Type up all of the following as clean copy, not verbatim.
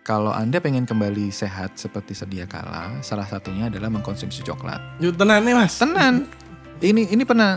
kalau Anda pengen kembali sehat seperti sedia kala, salah satunya adalah mengkonsumsi coklat. Yuk tenan nih Mas. Tenan. Ini pernah.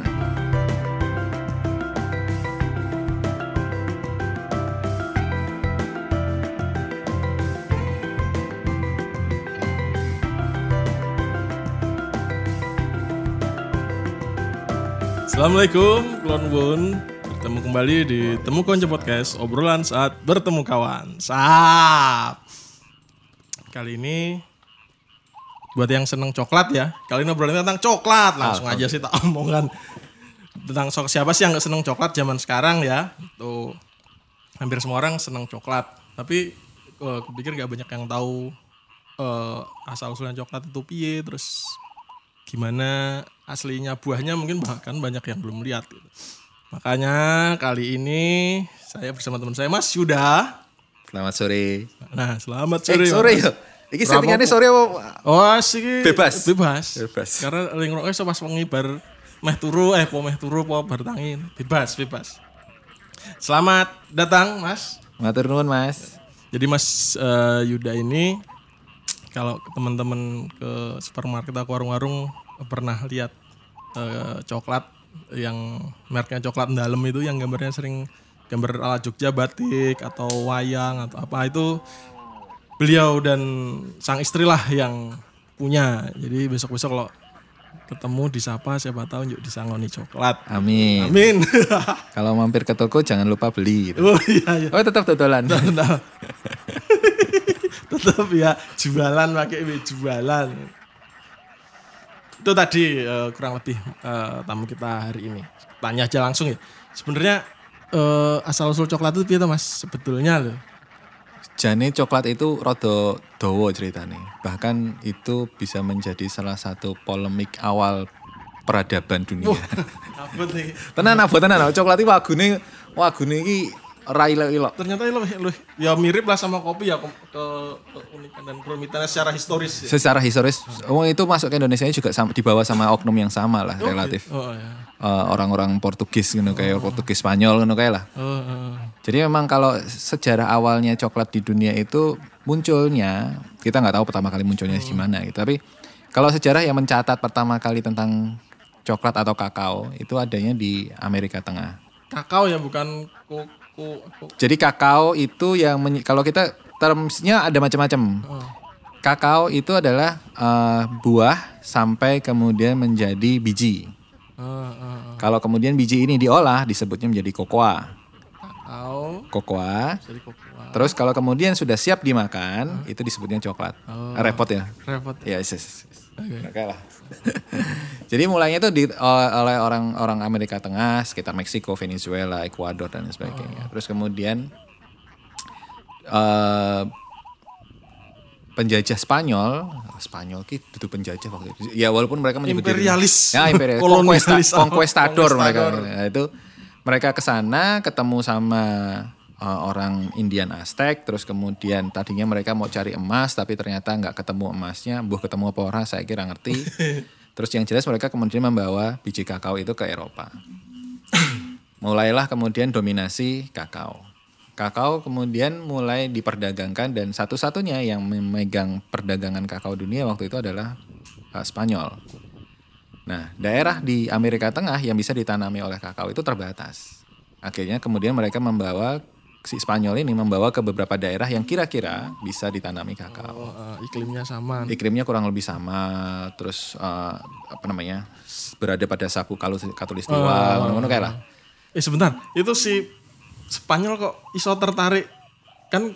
Assalamualaikum, Klon Wun. Bertemu kembali di Temu Konco Podcast, obrolan saat bertemu kawan. Sap. Kali ini buat yang seneng coklat ya. Kali ini obrolan tentang coklat. Langsung aja sih tak omongan. Tentang siapa sih yang gak seneng coklat zaman sekarang ya. Tuh hampir semua orang seneng coklat. Tapi kupikir gak banyak yang tahu asal-usulnya coklat itu piye, terus gimana aslinya buahnya, mungkin bahkan banyak yang belum lihat gitu. Makanya kali ini saya bersama teman saya Mas Yuda. Selamat sore. Nah, selamat sore. Sore ya. Iki settingannya sore apa? Oh, asik. Bebas. Bebas. Karena ling roke pas wengi bar meh turu bar tangin. Bebas. Selamat datang, Mas. Matur nuwun, Mas. Jadi Mas Yuda ini kalau teman-teman ke supermarket atau warung-warung pernah lihat coklat yang mereknya coklat dalam itu yang gambarnya sering gambar ala Jogja batik atau wayang atau apa, itu beliau dan sang istri lah yang punya. Jadi besok-besok kalau ketemu disapa, siapa tahu yuk disangoni coklat. Amin. Kalau mampir ke toko jangan lupa beli gitu. Oh iya. Oh tetap dodolan. Tetap ya jualan, pakai jualan. Itu tadi kurang lebih tamu kita hari ini. Tanya aja langsung ya. Sebenarnya asal usul coklat itu piye Mas sebetulnya loh? Jane coklat itu rada dawa ceritane. Bahkan itu bisa menjadi salah satu polemik awal peradaban dunia. Abot nih. Tenan. Coklat iki wagune iki ora ilok-ilok. Ternyata ya mirip lah sama kopi ya, keunikan dan kerumitannya secara historis. Ya. Secara historis, itu masuk ke Indonesia juga dibawa sama oknum yang sama lah, relatif. Oh, ya. Orang-orang Portugis gitu, kayak Portugis Spanyol gitu kayak lah. Jadi memang kalau sejarah awalnya coklat di dunia itu munculnya, kita nggak tahu pertama kali munculnya gimana gitu. Tapi kalau sejarah yang mencatat pertama kali tentang coklat atau kakao itu adanya di Amerika Tengah. Kakao ya, bukan Jadi kakao itu yang kalau kita termsnya ada macam-macam. Kakao itu adalah buah sampai kemudian menjadi biji. Kalau kemudian biji ini diolah disebutnya menjadi kokoa. Kokoa. Terus kalau kemudian sudah siap dimakan itu disebutnya coklat. Repot ya? Repot. Ya, yes. Oke lah. Jadi mulainya itu oleh orang Amerika Tengah, sekitar Meksiko, Venezuela, Ekuador dan sebagainya. Terus kemudian penjajah Spanyol itu penjajah waktu itu. Ya walaupun mereka menyebut imperialis. Ya imperialis. Conquistador mereka. Nah, itu mereka ke sana ketemu sama orang Indian Aztec, terus kemudian tadinya mereka mau cari emas tapi ternyata nggak ketemu emasnya, ketemu apa orang saya kira ngerti. Terus yang jelas mereka kemudian membawa biji kakao itu ke Eropa. Mulailah kemudian dominasi kakao. Kakao kemudian mulai diperdagangkan dan satu-satunya yang memegang perdagangan kakao dunia waktu itu adalah Spanyol. Nah, daerah di Amerika Tengah yang bisa ditanami oleh kakao itu terbatas. Akhirnya kemudian mereka si Spanyol ini membawa ke beberapa daerah yang kira-kira bisa ditanami kakao. Iklimnya sama. Iklimnya kurang lebih sama, terus berada pada sapu katulistiwa, ngono-ngono kayak lah. Sebentar, itu si Spanyol kok iso tertarik kan?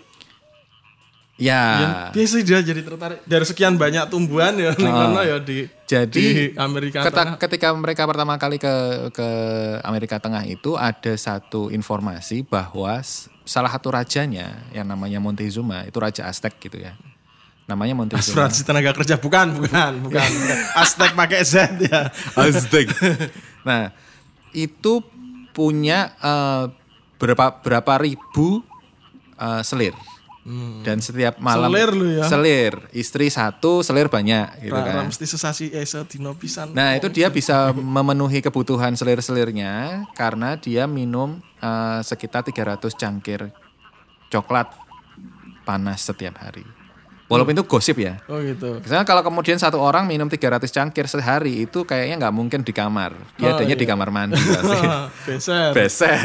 Ya. Biasa dia jadi tertarik dari sekian banyak tumbuhan ya di Amerika Tengah. Ketika mereka pertama kali ke Amerika Tengah itu ada satu informasi bahwa salah satu rajanya yang namanya Montezuma itu raja Aztec gitu ya. Namanya Montezuma. Asuransi tenaga kerja bukan. Aztec pakai Z ya. Aztec. Nah, itu punya berapa ribu selir. Dan setiap malam selir, istri satu, selir banyak gitu kan. Mesti sesasi sedino pisan. Nah, itu dia bisa memenuhi kebutuhan selir-selirnya karena dia minum sekitar 300 cangkir coklat panas setiap hari. Walaupun itu gosip ya. Oh gitu. Misalnya kalau kemudian satu orang minum 300 cangkir sehari itu kayaknya nggak mungkin di kamar. Dia adanya di kamar mandi pasti. Beser.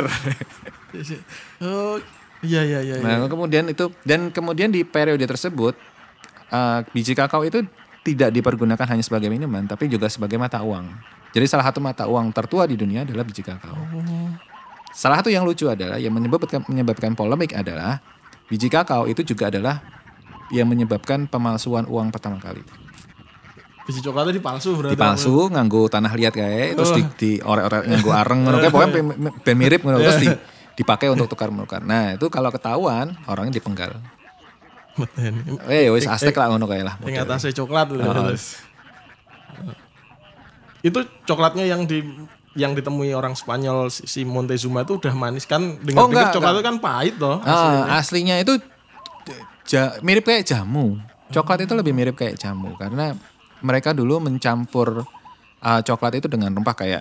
Oh iya. Nah kemudian itu dan kemudian di periode tersebut biji kakao itu tidak dipergunakan hanya sebagai minuman tapi juga sebagai mata uang. Jadi salah satu mata uang tertua di dunia adalah biji kakao. Salah satu yang lucu adalah yang menyebabkan polemik adalah biji kakao itu juga adalah yang menyebabkan pemalsuan uang pertama kali. Biji coklatnya dipalsu berarti. Dipalsu nganggo tanah liat kayak terus di orek-orek nganggo areng ngono kae pokoknya ben mirip ngono terus dipakai untuk tukar-menukar. Nah, itu kalau ketahuan orangnya dipenggal. Wis Aztek lah ngono kae lah. Ing atase coklat Itu coklatnya yang ditemui orang Spanyol si Montezuma itu udah manis kan? Dengar coklat itu kan pahit toh. Aslinya itu mirip kayak jamu. Coklat itu lebih mirip kayak jamu karena mereka dulu mencampur coklat itu dengan rempah kayak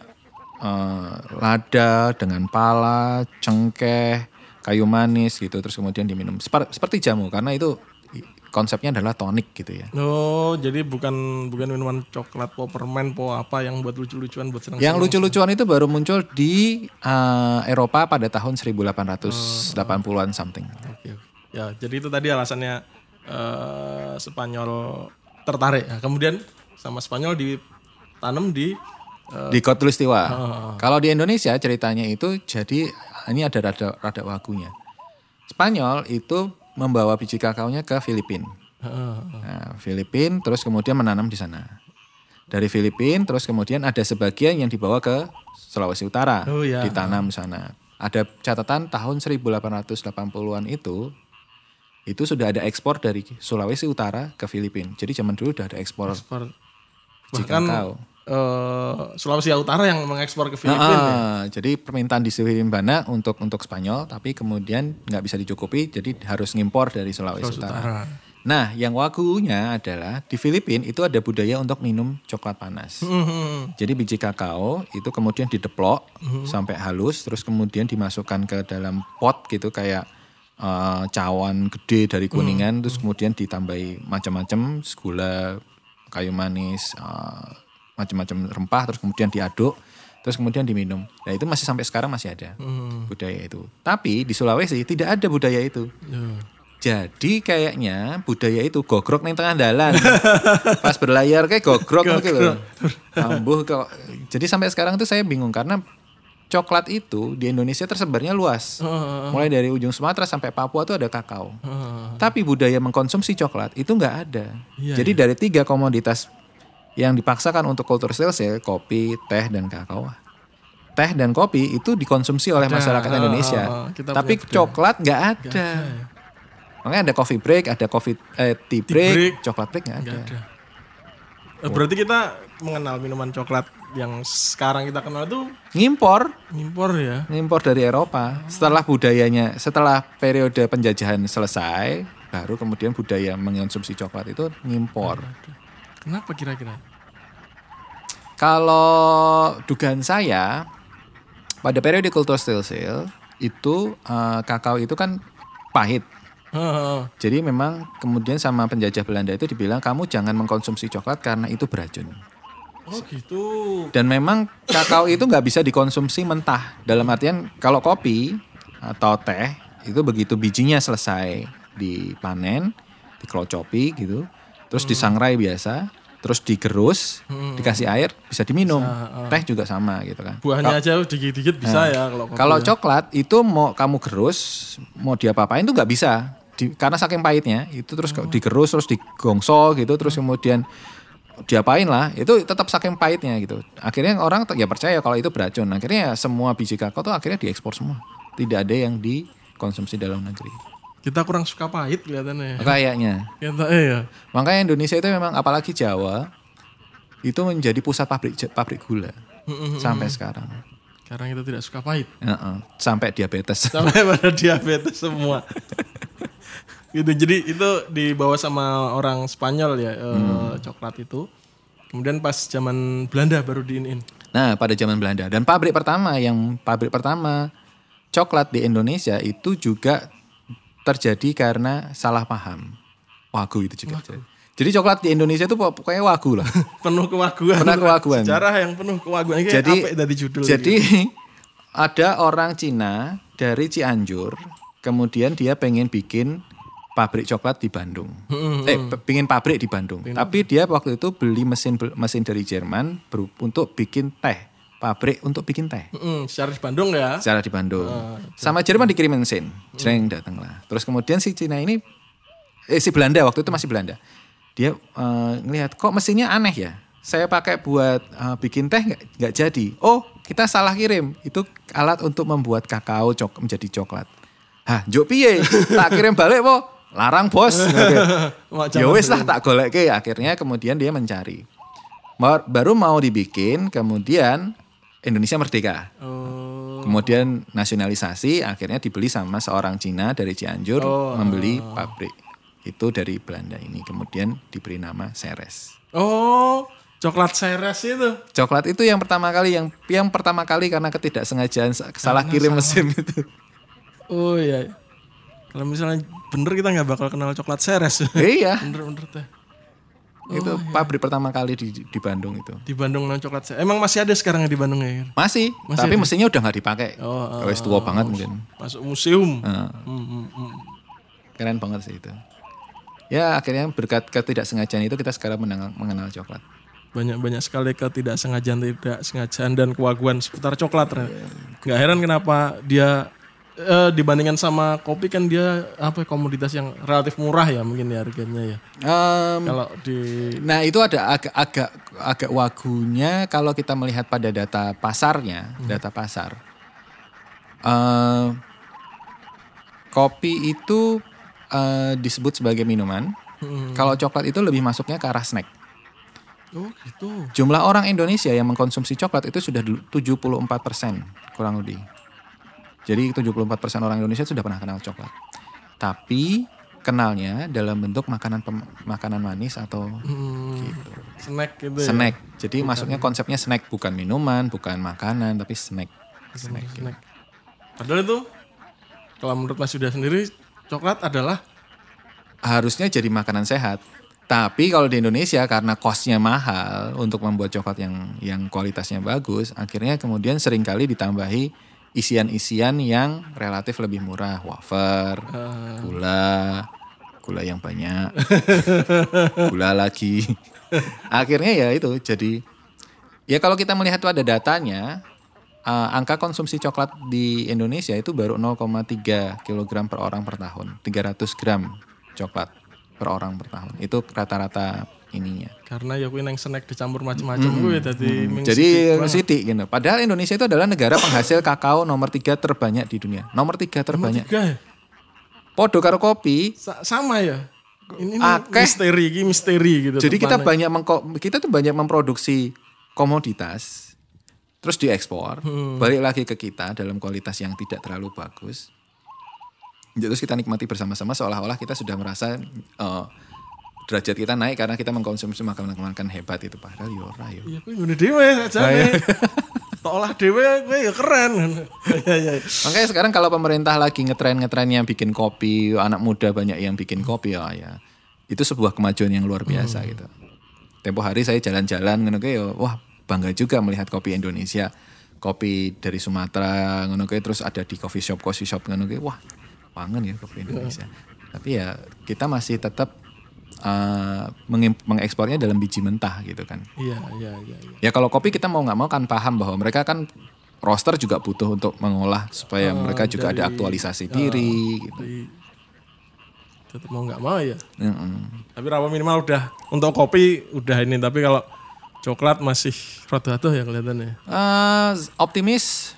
lada dengan pala, cengkeh, kayu manis gitu terus kemudian diminum seperti jamu karena itu konsepnya adalah tonik gitu ya. Oh, jadi bukan minuman coklat permen apa yang buat lucu-lucuan buat senang-senang. Yang lucu-lucuan itu baru muncul di Eropa pada tahun 1880-an something. Oke. Ya, jadi itu tadi alasannya Spanyol tertarik. Nah, kemudian sama Spanyol ditanam di Khatulistiwa. Kalau di Indonesia ceritanya itu jadi ini ada rada wagunya. Spanyol itu membawa biji kakaonya ke Filipina. Nah, Filipina terus kemudian menanam di sana. Dari Filipina terus kemudian ada sebagian yang dibawa ke Sulawesi Utara, ditanam di sana. Ada catatan tahun 1880-an itu sudah ada ekspor dari Sulawesi Utara ke Filipina. Jadi zaman dulu udah ada ekspor biji kakao. Sulawesi Utara yang mengekspor ke Filipina. Jadi permintaan di Filipina untuk Spanyol, tapi kemudian nggak bisa dicukupi, jadi harus ngimpor dari Sulawesi Utara. Nah, yang wagunya adalah di Filipina itu ada budaya untuk minum coklat panas. Jadi biji kakao itu kemudian dideplok sampai halus, terus kemudian dimasukkan ke dalam pot gitu kayak cawan gede dari kuningan, terus kemudian ditambahi macam-macam gula, kayu manis, macam-macam rempah, terus kemudian diaduk, terus kemudian diminum. Nah itu masih sampai sekarang masih ada budaya itu. Tapi di Sulawesi tidak ada budaya itu. Jadi kayaknya budaya itu gogrok ning tengah dalan. Pas berlayar kayak gogrok gitu loh. Kambuh kok. Jadi sampai sekarang tuh saya bingung karena coklat itu di Indonesia tersebarnya luas. Mulai dari ujung Sumatera sampai Papua tuh ada kakao. Tapi budaya mengkonsumsi coklat itu nggak ada. Jadi dari 3 komoditas yang dipaksakan untuk kultur silsil, kopi, teh, dan kakao. Teh dan kopi itu dikonsumsi oleh masyarakat Indonesia. Tapi coklat nggak ada. Makanya ada coffee break, ada tea break, coklat break nggak ada. Berarti kita mengenal minuman coklat yang sekarang kita kenal itu ngimpor ya. Ngimpor dari Eropa. Setelah periode penjajahan selesai, baru kemudian budaya mengkonsumsi coklat itu ngimpor. Kenapa kira-kira? Kalau dugaan saya pada periode kultur silsil itu kakao itu kan pahit. Jadi memang kemudian sama penjajah Belanda itu dibilang kamu jangan mengkonsumsi coklat karena itu beracun. Oh gitu. Dan memang kakao itu nggak bisa dikonsumsi mentah. Dalam artian kalau kopi atau teh itu begitu bijinya selesai dipanen, dikelocopi gitu, terus disangrai biasa, terus digerus, dikasih air bisa diminum. Teh juga sama gitu kan. Buahnya aja dikit-dikit bisa ya kalau kopi. Kalau coklat itu mau kamu gerus, mau diapa-apain tuh nggak bisa. Karena saking pahitnya itu terus digerus terus digongso gitu terus kemudian diapain lah itu tetap saking pahitnya gitu. Akhirnya orang ya percaya kalau itu beracun. Akhirnya semua biji kakao tuh akhirnya diekspor semua. Tidak ada yang dikonsumsi dalam negeri. Kita kurang suka pahit kelihatannya. Kayaknya. Ya. Makanya Indonesia itu memang apalagi Jawa itu menjadi pusat pabrik gula sampai sekarang. Sekarang kita tidak suka pahit. Sampai diabetes. Sampai pada diabetes semua. Gitu. Jadi itu dibawa sama orang Spanyol ya coklat itu. Kemudian pas zaman Belanda baru diinin. Nah pada zaman Belanda dan pabrik pertama coklat di Indonesia itu juga terjadi karena salah paham. Wagu itu juga. Jadi coklat di Indonesia itu pokoknya wagu lah. Penuh kewaguan. Sejarah yang penuh kewaguan. Jadi ada orang Cina dari Cianjur, kemudian dia pengen bikin pabrik coklat di Bandung. Pengen pabrik di Bandung. Tapi dia waktu itu beli mesin dari Jerman untuk bikin teh. Pabrik untuk bikin teh. Secara di Bandung ya? Secara di Bandung. Sama Jerman dikirim mesin. Jreng datanglah. Terus kemudian si Cina ini, si Belanda waktu itu masih Belanda. Dia ngelihat kok mesinnya aneh ya. Saya pakai buat bikin teh nggak jadi. Oh kita salah kirim. Itu alat untuk membuat kakao menjadi coklat. Hah jok piye? Tak kirim balik po. Larang bos. Ya wis lah tak goleke. Akhirnya kemudian dia mencari. Baru mau dibikin kemudian Indonesia merdeka. Kemudian nasionalisasi akhirnya dibeli sama seorang Cina dari Cianjur membeli pabrik. Itu dari Belanda ini. Kemudian diberi nama Ceres. Oh, coklat Ceres itu. Coklat itu yang pertama kali karena ketidaksengajaan salah kirim mesin itu. Oh iya. Kalau misalnya bener kita nggak bakal kenal coklat Ceres. Iya. Bener teh. Itu pabrik pertama kali di Bandung itu. Di Bandung coklat Ceres. Emang masih ada sekarang di Bandung ya? Masih tapi ada? Mesinnya udah nggak dipakai. Wes tua banget mungkin. Masuk museum. Keren banget sih itu. Ya akhirnya berkat ketidaksengajaan itu kita sekarang mengenal coklat. Banyak sekali ketidaksengajaan dan kewaguan seputar coklat. Gak heran kenapa dia dibandingkan sama kopi kan dia komoditas yang relatif murah ya mungkin ya harganya ya. Kalau nah itu ada agak wagunya kalau kita melihat pada data pasarnya, data pasar. Kopi itu disebut sebagai minuman. Kalau coklat itu lebih masuknya ke arah snack. Oh gitu. Jumlah orang Indonesia yang mengkonsumsi coklat itu sudah 74% kurang lebih. Jadi 74% orang Indonesia sudah pernah kenal coklat. Tapi kenalnya dalam bentuk makanan manis atau gitu. Snack gitu ya. Snack. Jadi masuknya konsepnya snack, bukan minuman, bukan makanan, tapi snack. Snack. Padahal itu kalau menurut Mas Yuda sendiri coklat adalah harusnya jadi makanan sehat. Tapi kalau di Indonesia karena cost-nya mahal untuk membuat coklat yang kualitasnya bagus, akhirnya kemudian seringkali ditambahi isian-isian yang relatif lebih murah, wafer, gula yang banyak, gula lagi. Akhirnya ya itu jadi, ya kalau kita melihat itu ada datanya, angka konsumsi coklat di Indonesia itu baru 0,3 kg per orang per tahun, 300 gram coklat per orang per tahun. Itu rata-rata ininya. Karena ya kuwi nang snack dicampur macam-macam kuwi jadi sidik gitu. Padahal Indonesia itu adalah negara penghasil kakao nomor 3 terbanyak di dunia. Nomor 3 terbanyak. Podo karo kopi. Sama ya. Ini misteri gitu. Jadi kita tuh banyak memproduksi komoditas terus diekspor, balik lagi ke kita dalam kualitas yang tidak terlalu bagus. Terus kita nikmati bersama-sama seolah-olah kita sudah merasa derajat kita naik karena kita mengkonsumsi makanan hebat itu. Padahal ya ora ya. Iya kuwi ngene dhewe sajane. Tok olah dhewe kuwi ya keren. Iya. Makanya sekarang kalau pemerintah lagi ngetren-ngetrennya bikin kopi, anak muda banyak yang bikin kopi ya. Itu sebuah kemajuan yang luar biasa gitu. Tempo hari saya jalan-jalan ngono ya wah bangga juga melihat kopi Indonesia. Kopi dari Sumatera ngono terus ada di coffee shop ngono wah pangen ya kopi Indonesia. Tapi ya kita masih tetap mengekspornya dalam biji mentah gitu kan. Iya. Ya kalau kopi kita mau nggak mau kan paham bahwa mereka kan roaster juga butuh untuk mengolah supaya mereka juga ada aktualisasi diri gitu. Tetap mau nggak mau ya. Tapi rawa minimal udah untuk kopi udah ini, tapi kalau coklat masih rada-rada ya kelihatannya. Optimis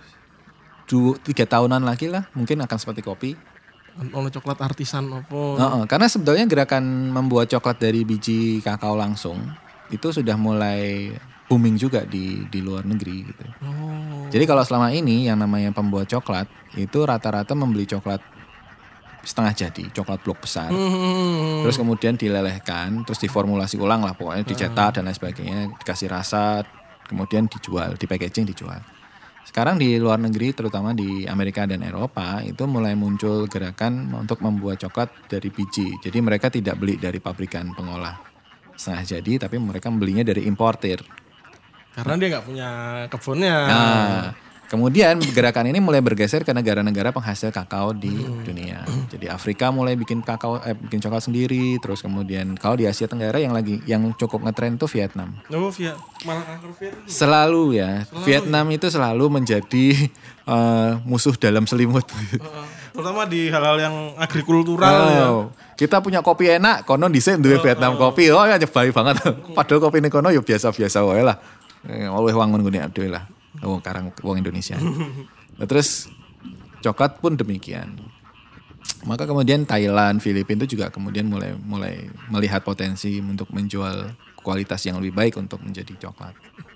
2-3 tahunan lagi lah mungkin akan seperti kopi. Ono coklat artisan apa? Karena sebetulnya gerakan membuat coklat dari biji kakao langsung itu sudah mulai booming juga di luar negeri gitu. Jadi kalau selama ini yang namanya pembuat coklat itu rata-rata membeli coklat setengah jadi, coklat blok besar. Terus kemudian dilelehkan, terus diformulasi ulang lah pokoknya dicetak dan lain sebagainya, dikasih rasa, kemudian dijual, di packaging dijual. Sekarang di luar negeri, terutama di Amerika dan Eropa, itu mulai muncul gerakan untuk membuat coklat dari biji. Jadi mereka tidak beli dari pabrikan pengolah setengah jadi, tapi mereka belinya dari importir. Karena dia nggak punya kebunnya. Nah, kemudian gerakan ini mulai bergeser ke negara-negara penghasil kakao di dunia. Jadi Afrika mulai bikin bikin coklat sendiri. Terus kemudian kalau di Asia Tenggara yang cukup ngetren tuh Vietnam. Oh, malah kanker Vietnam. Selalu ya. Vietnam itu selalu menjadi musuh dalam selimut. Terutama di hal-hal yang agrikultural ya. Kita punya kopi enak, kono dhisik duwe Vietnam kopi. Oh ya nyebai banget. Padahal kopi ini kono ya biasa-biasa wae lah. Oleh wangun ngene dhewe lah. Wong Indonesia. Nah, terus coklat pun demikian. Maka kemudian Thailand, Filipina itu juga kemudian mulai melihat potensi untuk menjual kualitas yang lebih baik untuk menjadi coklat.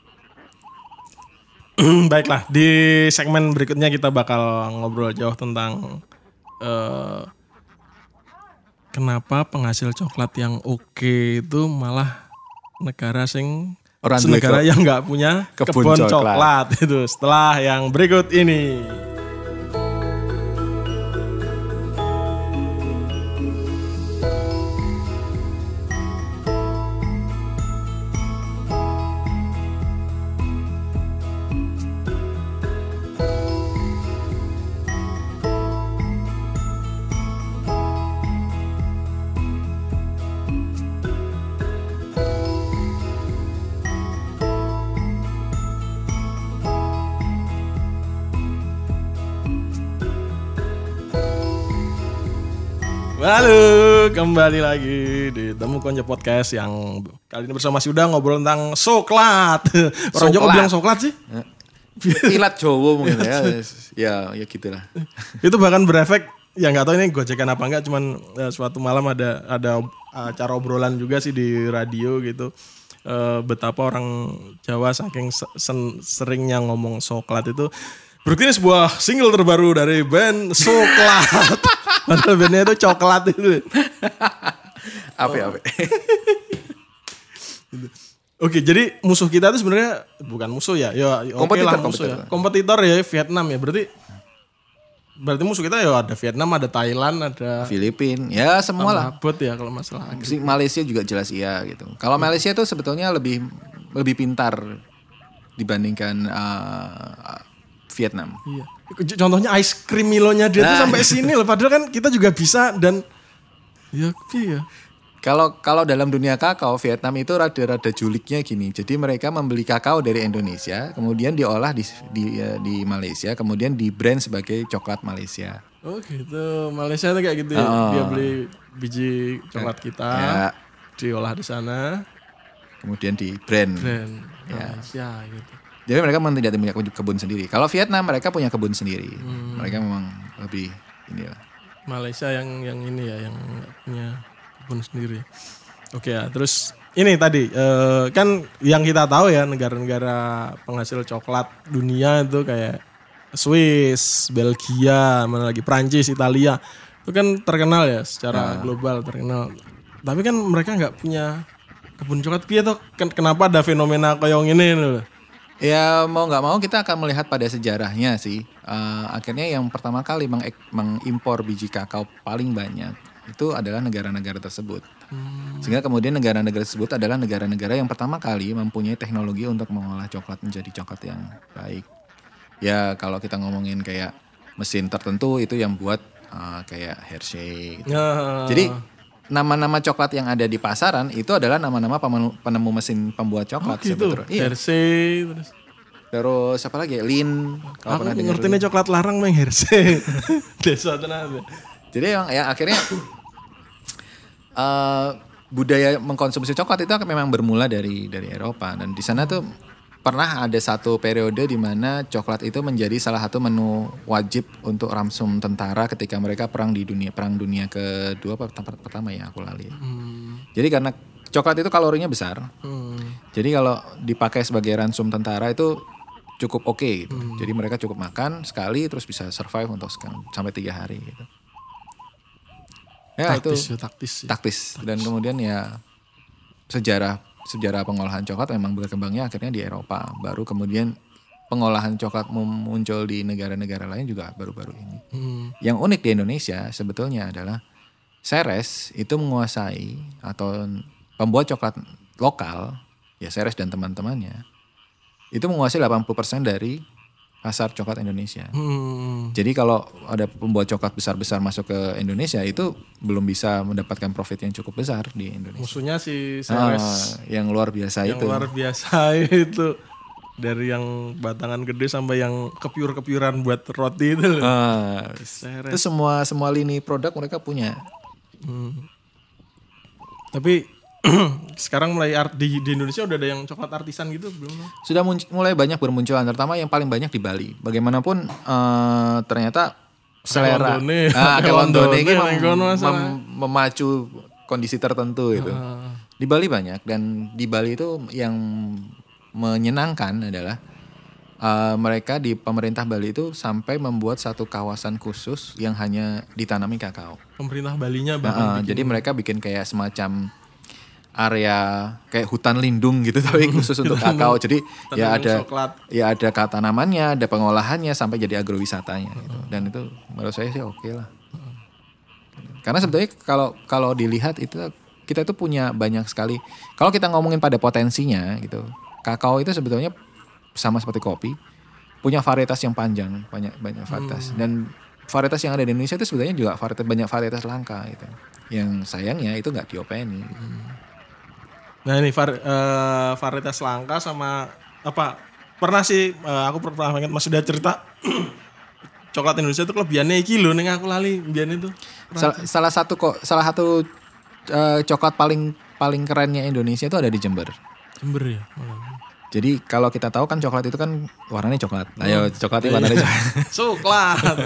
Baiklah, di segmen berikutnya kita bakal ngobrol jauh tentang kenapa penghasil coklat yang oke itu malah negara yang nggak punya kebun coklat itu. Setelah yang berikut ini. Halo, kembali lagi di Temu Konco Podcast yang kali ini bersama Syuda ngobrol tentang coklat. Orang Jawa bilang coklat sih. Ilat Jawa mungkin ya gitulah. Itu bahkan berefek, ya nggak tahu ini gojekan apa enggak, cuman suatu malam ada acara obrolan juga sih di radio gitu. Betapa orang Jawa saking seringnya ngomong coklat itu. Berarti ini sebuah single terbaru dari band Coklat. Padahal bandnya itu coklat itu. Apa? Oke, jadi musuh kita itu sebenarnya bukan musuh ya. Ya kompetitor, musuh ya. Kompetitor ya Vietnam ya. Berarti musuh kita ya ada Vietnam, ada Thailand, ada Filipina. Ya semua lah. Abot ya kalau masalah. Malaysia juga jelas iya gitu. Kalau Malaysia itu sebetulnya lebih pintar dibandingkan Vietnam. Iya. Contohnya ice cream Milonya dia tuh sampai sini loh. Padahal kan kita juga bisa dan ya. Kalau dalam dunia kakao, Vietnam itu rada-rada juliknya gini. Jadi mereka membeli kakao dari Indonesia, kemudian diolah di Malaysia, kemudian di brand sebagai coklat Malaysia. Oh gitu. Malaysia tuh kayak gitu ya. Dia beli biji coklat kita, diolah di sana, kemudian di brand. Malaysia gitu. Jadi mereka memang tidak punya kebun sendiri. Kalau Vietnam mereka punya kebun sendiri. Mereka memang lebih inilah. Malaysia yang ini ya, yang punya kebun sendiri. Oke ya, terus ini tadi kan yang kita tahu ya negara-negara penghasil coklat dunia itu kayak Swiss, Belgia, mana lagi Prancis, Italia. Itu kan terkenal ya secara global terkenal. Tapi kan mereka nggak punya kebun coklat. Piye tuh kenapa ada fenomena kayak ini loh? Ya mau nggak mau kita akan melihat pada sejarahnya sih. Akhirnya yang pertama kali mengimpor biji kakao paling banyak itu adalah negara-negara tersebut. Sehingga kemudian negara-negara tersebut adalah negara-negara yang pertama kali mempunyai teknologi untuk mengolah coklat menjadi coklat yang baik. Ya kalau kita ngomongin kayak mesin tertentu itu yang buat kayak Hershey gitu. Jadi nama-nama coklat yang ada di pasaran itu adalah nama-nama penemu mesin pembuat coklat. Gitu. Iya. Hershey terus apa lagi? Lin. Aku ngerti nih coklat larang meng Hershey. Desa tenan. Jadi ya akhirnya budaya mengkonsumsi coklat itu memang bermula dari Eropa, dan di sana tuh pernah ada satu periode di mana coklat itu menjadi salah satu menu wajib untuk ransum tentara ketika mereka perang dunia kedua pertama ya aku lali. Jadi karena coklat itu kalorinya besar. Jadi kalau dipakai sebagai ransum tentara itu cukup oke gitu. Jadi mereka cukup makan sekali terus bisa survive untuk sampai 3 hari gitu. Ya taktis. Dan kemudian ya sejarah pengolahan coklat memang berkembangnya akhirnya di Eropa. Baru kemudian pengolahan coklat muncul di negara-negara lain juga baru-baru ini. Yang unik di Indonesia sebetulnya adalah Ceres itu menguasai atau pembuat coklat lokal, ya Ceres dan teman-temannya, itu menguasai 80% dari pasar coklat Indonesia. Jadi kalau ada pembuat coklat besar-besar masuk ke Indonesia itu belum bisa mendapatkan profit yang cukup besar di Indonesia. Musuhnya si Ceres yang luar biasa yang itu. luar biasa itu. Dari yang batangan gede sampai yang kepiur-kepiuran buat roti itu. Itu semua lini produk mereka punya. Tapi sekarang mulai di Indonesia udah ada yang coklat artisan gitu belum? Sudah mulai banyak bermunculan, terutama yang paling banyak di Bali. Bagaimanapun ternyata selera Londone ini memacu kondisi tertentu itu. Di Bali banyak, dan di Bali itu yang menyenangkan adalah mereka di pemerintah Bali itu sampai membuat satu kawasan khusus yang hanya ditanami kakao. Pemerintah Balinya bahkan jadi mereka bikin kayak semacam area kayak hutan lindung gitu tapi khusus untuk kakao. Jadi ya ada tanamannya, ada pengolahannya sampai jadi agrowisatanya gitu. Dan itu menurut saya sih oke lah. Karena sebetulnya kalau dilihat itu kita itu punya banyak sekali. Kalau kita ngomongin pada potensinya gitu. Kakao itu sebetulnya sama seperti kopi, punya varietas yang panjang, banyak varietas. Dan varietas yang ada di Indonesia itu sebetulnya juga banyak varietas langka gitu. Yang sayangnya itu nggak diopeni. Gitu. Nah ini varietas langka sama apa? Pernah sih aku pernah ingat Mas sudah cerita coklat Indonesia itu kelebihannya iki lho ning aku lali mbiyen itu. Salah satu coklat paling kerennya Indonesia itu ada di Jember. Jember ya. Jadi kalau kita tahu kan coklat itu kan warnanya coklat. Ayo coklatnya warnanya coklat. Coklat.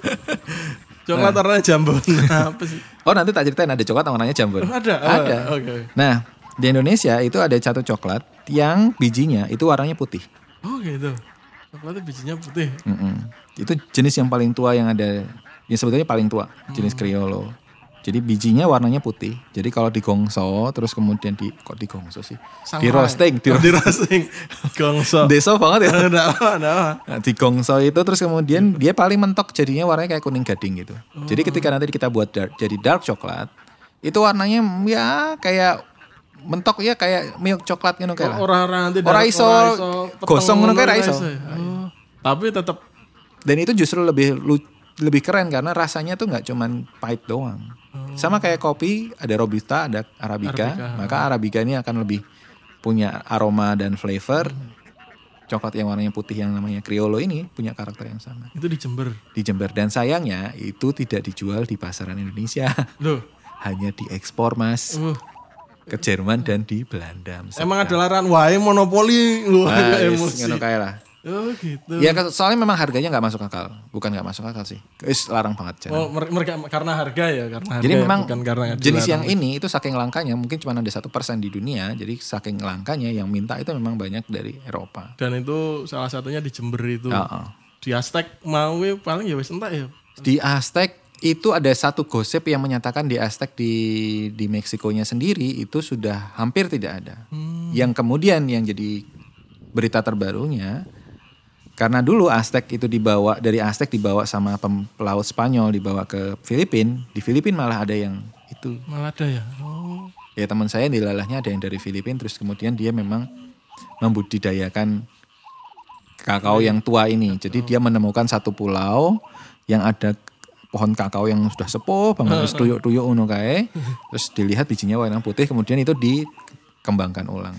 Coklat warnanya jambon. Apa sih? Oh nanti tak ceritain ada coklat warnanya jambon. Ada. Okay. Nah di Indonesia itu ada satu coklat yang bijinya itu warnanya putih. Oh gitu. Coklatnya bijinya putih. Itu jenis yang paling tua yang ada. Yang sebetulnya paling tua. Jenis Criollo. Jadi bijinya warnanya putih. Jadi kalau digongso terus kemudian digongso sih? Di roasting. Gongso. Deso banget ya. Nah, digongso itu terus kemudian dia paling mentok jadinya warnanya kayak kuning gading gitu. Jadi ketika nanti kita buat jadi dark coklat, itu warnanya ya kayak mentok ya kayak milk coklat gitu kayak. Ora iso gosong ngono kayak iso. Tapi tetap. Dan itu justru lebih keren karena rasanya tuh nggak cuman pahit doang. Sama kayak kopi, ada Robusta, ada Arabica. Maka Arabica ini akan lebih punya aroma dan flavor. Coklat yang warnanya putih yang namanya Criollo ini punya karakter yang sama. Itu di Jember. Di Jember, dan sayangnya itu tidak dijual di pasaran Indonesia. Loh. Hanya diekspor Mas. Ke Jerman dan di Belanda. Misalkan. Emang ada larangan wae monopoli. Emosi. Ngono kae lah. Oh gitu. Ya soalnya memang harganya nggak masuk akal. Bukan nggak masuk akal sih. Larang banget. Oh mereka karena harga ya. Jadi memang karena jenis yang ini itu saking langkanya mungkin cuma ada 1% di dunia. Jadi saking langkanya yang minta itu memang banyak dari Eropa. Dan itu salah satunya di Jember itu. Di Aztec mau paling ya wis entek ya. Di Aztec itu ada satu gosip yang menyatakan di Aztec di Meksikonya sendiri itu sudah hampir tidak ada. Yang kemudian yang jadi berita terbarunya, karena dulu Aztec itu dari Aztec dibawa sama pelaut Spanyol dibawa ke Filipina. Di Filipina malah ada yang itu. Malah ada ya? Oh. Ya teman saya di lalahnya ada yang dari Filipina, terus kemudian dia memang membudidayakan kakao yang tua ini. Jadi dia menemukan satu pulau yang ada pohon kakao yang sudah sepuh banget, terus tuyuk-tuyuk ngono kae. Terus dilihat bijinya warna putih, kemudian itu dikembangkan ulang.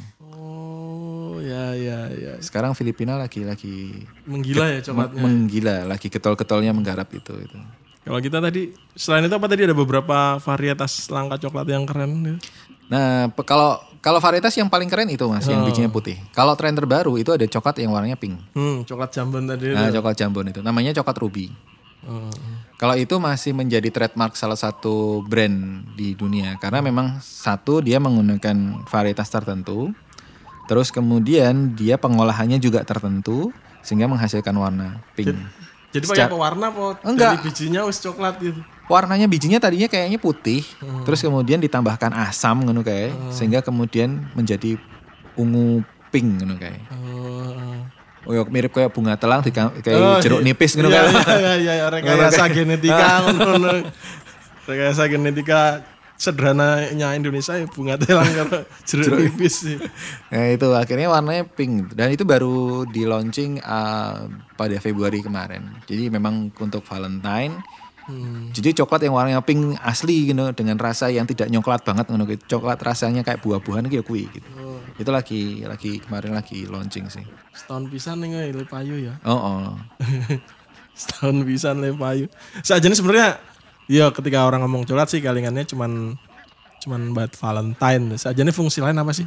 Ya. Sekarang Filipina lagi menggila ya coklatnya. Menggila, lagi getol-getolnya menggarap itu. Kalau kita tadi selain itu apa tadi ada beberapa varietas langka coklat yang keren ya? Nah, kalau varietas yang paling keren itu Mas, yang bijinya putih. Kalau tren terbaru itu ada coklat yang warnanya pink. Coklat jambon tadi. Nah, coklat jambon itu namanya coklat ruby. Kalau itu masih menjadi trademark salah satu brand di dunia karena memang satu dia menggunakan varietas tertentu. Terus kemudian dia pengolahannya juga tertentu sehingga menghasilkan warna pink. Jadi pakai pewarna apa? Enggak. Dari bijinya wis coklat gitu. Warnanya bijinya tadinya kayaknya putih, terus kemudian ditambahkan asam ngono kae, sehingga kemudian menjadi ungu pink ngono kae. Oh ya mirip kayak bunga telang kayak jeruk nipis gitu kan. Iya, rekayasa genetika ngono. Rekayasa genetika sederhananya Indonesia ya bunga telang karo jeruk nipis sih. Nah itu akhirnya warnanya pink dan itu baru di launching pada Februari kemarin. Jadi memang untuk Valentine. Jadi coklat yang warnanya pink asli gitu dengan rasa yang tidak nyoklat banget coklat rasanya kayak buah-buahan gitu gitu. Itu lagi kemarin lagi launching sih. Setahun pisan nih le payu ya. Oh. Setahun pisan le payu. Sajane sebenarnya ya ketika orang ngomong coklat sih kalingannya cuman buat Valentine. Sajane fungsi lain apa sih?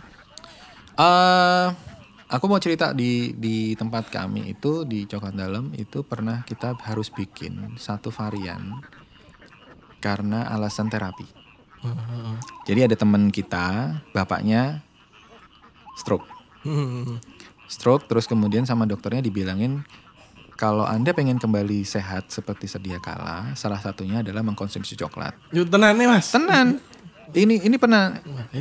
Aku mau cerita di tempat kami itu di Coklat Dalam itu pernah kita harus bikin satu varian karena alasan terapi. Jadi ada teman kita, bapaknya stroke terus kemudian sama dokternya dibilangin kalau Anda pengen kembali sehat seperti sedia kala, salah satunya adalah mengkonsumsi coklat. Yuk tenan nih Mas. Tenan. Ini pernah.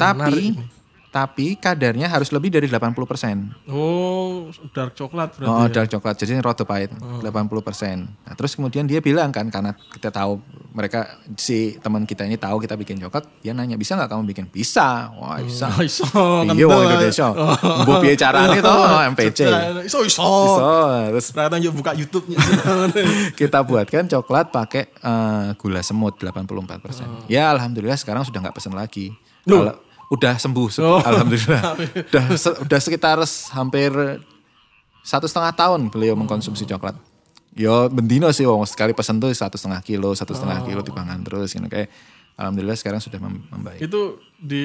Tapi kadarnya harus lebih dari 80%. Oh, dark coklat berarti. Oh, dark coklat. Jadi rada pahit, 80%. Nah, terus kemudian dia bilang kan karena kita tahu mereka si teman kita ini tahu kita bikin coklat, dia nanya, "Bisa enggak kamu bikin?" "Bisa." Wah, bisa. Iso. Iya, wong Indonesia. Mbok piye carane to MPC. Iso. Terus ternyata yuk buka YouTube-nya. Kita buatkan coklat pakai gula semut 84%. Ya alhamdulillah sekarang sudah enggak pesen lagi. Udah sembuh, alhamdulillah. Udah sekitar hampir 1,5 tahun beliau mengkonsumsi coklat. Yo bendino sih, sekali pesen tuh 1,5 kilo dipangan terus gitu kayak. Alhamdulillah sekarang sudah membaik. Itu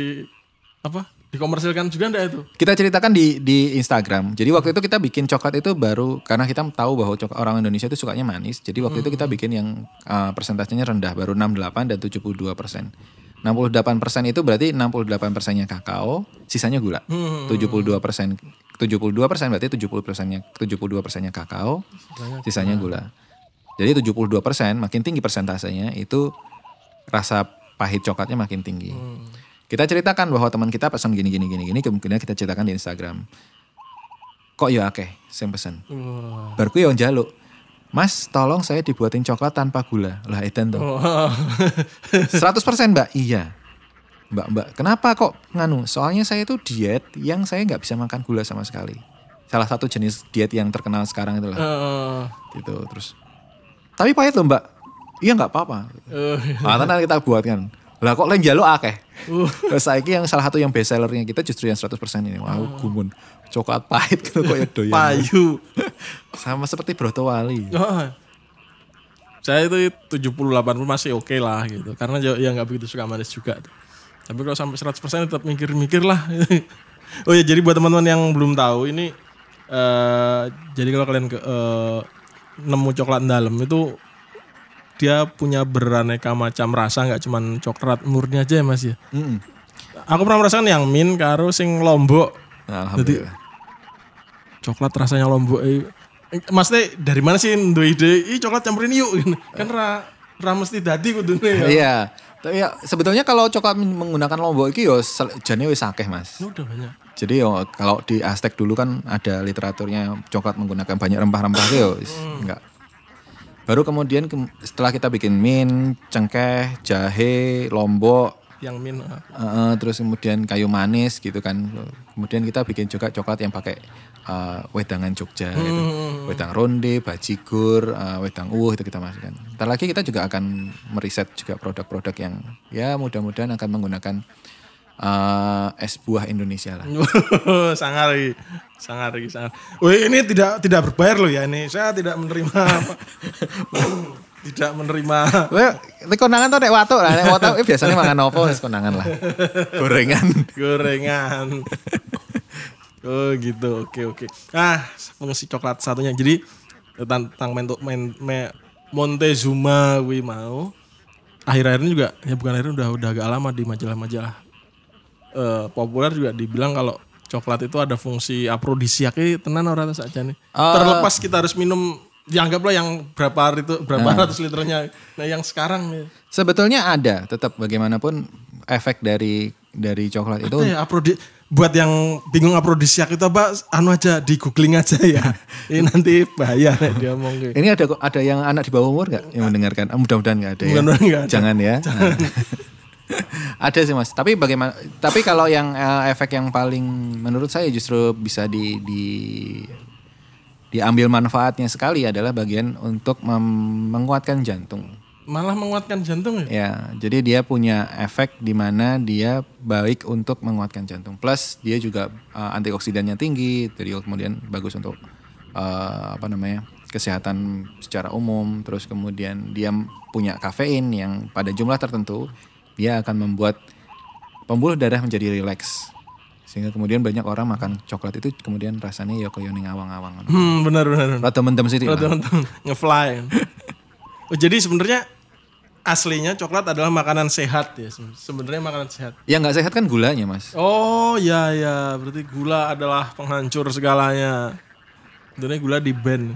dikomersilkan juga enggak itu? Kita ceritakan di Instagram. Jadi waktu itu kita bikin coklat itu baru karena kita tahu bahwa orang Indonesia itu sukanya manis. Jadi waktu itu kita bikin yang persentasenya rendah, baru 68 dan 72%. 68% itu berarti 68%-nya kakao, sisanya gula. 72% berarti 72%-nya kakao, sisanya gula. Jadi 72% makin tinggi persentasenya itu rasa pahit coklatnya makin tinggi. Kita ceritakan bahwa teman kita pesan gini, kemudian kita ceritakan di Instagram. Kok ya akeh sing pesen. Baru ku yo njaluk. Mas, tolong saya dibuatin coklat tanpa gula. Lah edan tuh. 100% Mbak? Iya. Mbak, kenapa kok nganu? Soalnya saya itu diet yang saya gak bisa makan gula sama sekali. Salah satu jenis diet yang terkenal sekarang itu lah. Gitu, terus. Tapi pahit loh Mbak. Iya gak apa-apa. Nanti kita buatkan. Lah kok lain jaluk akeh. Saiki yang salah satu yang best sellernya kita justru yang 100% ini. Wow, gumun. Coklat pahit gitu kok ya doyan. Payu. Sama seperti Broto Wali. Saya itu 70-80 masih oke lah gitu. Karena ya gak begitu suka manis juga. Tapi kalau sampai 100% tetap mikir-mikir lah. Oh ya jadi buat teman-teman yang belum tahu ini. Jadi kalau kalian nemu coklat dalam itu. Dia punya beraneka macam rasa, nggak cuman coklat murni aja ya Mas ya. Aku pernah merasakan yang mint karo sing lombok. Alhamdulillah. Jadi, coklat rasanya lombok. Maksudnya dari mana sih ndo ide? Coklat campurin yuk. Kan ra mesti dadi kudune ya. Iya. Tapi ya sebetulnya kalau coklat menggunakan lombok iki yo jane wis akeh Mas. Udah banyak. Jadi yo kalau di Aztec dulu kan ada literaturnya coklat menggunakan banyak rempah-rempah yo enggak. Baru kemudian setelah kita bikin mint, cengkeh, jahe, lombok, yang mint, terus kemudian kayu manis gitu kan. Kemudian kita bikin juga coklat yang pakai wedangan Jogja, gitu. Wedang ronde, bajigur, wedang itu kita masukkan. Ntar lagi kita juga akan meriset juga produk-produk yang ya mudah-mudahan akan menggunakan es buah Indonesia lah. sangat. Wih ini tidak berbayar loh ya ini. Saya tidak menerima tidak menerima. Wih kondangan tuh nek watuk lah. Nek watuk biasanya makan opo wis kondangan lah. Gorengan. Oh gitu. Oke. Fungsi coklat satunya. Jadi tentang Montezuma gue mau. Akhir-akhir ini juga ya bukan akhirnya udah agak lama di majalah-majalah populer juga dibilang kalau coklat itu ada fungsi afrodisiaknya tenan ora saja nih. Terlepas kita harus minum dianggaplah yang berapa ratus liternya. Nah yang sekarang nih. Sebetulnya ada tetap bagaimanapun efek dari dari coklat itu. Buat yang bingung aprodisiak itu apa, aja di googling aja ya. Ini nanti bahaya dia ngomong. Ini ada yang anak di bawah umur nggak yang mendengarkan? Mudah-mudahan nggak ada ya. Jangan ya. Jangan. Ada sih Mas. Tapi bagaimana? Tapi kalau yang efek yang paling menurut saya justru bisa diambil manfaatnya sekali adalah bagian untuk menguatkan jantung. Malah menguatkan jantung ya? Ya, jadi dia punya efek di mana dia baik untuk menguatkan jantung. Plus dia juga antioksidannya tinggi, jadi kemudian bagus untuk kesehatan secara umum. Terus kemudian dia punya kafein yang pada jumlah tertentu dia akan membuat pembuluh darah menjadi rileks. Sehingga kemudian banyak orang makan coklat itu kemudian rasanya ya koyo ning awang-awang. Benar. Rada mendem sithik. Rada mendem, ngefly. Jadi sebenarnya aslinya coklat adalah makanan sehat ya, sebenarnya makanan sehat. Yang nggak sehat kan gulanya Mas. Oh ya, berarti gula adalah penghancur segalanya. Tentunya gula di ban.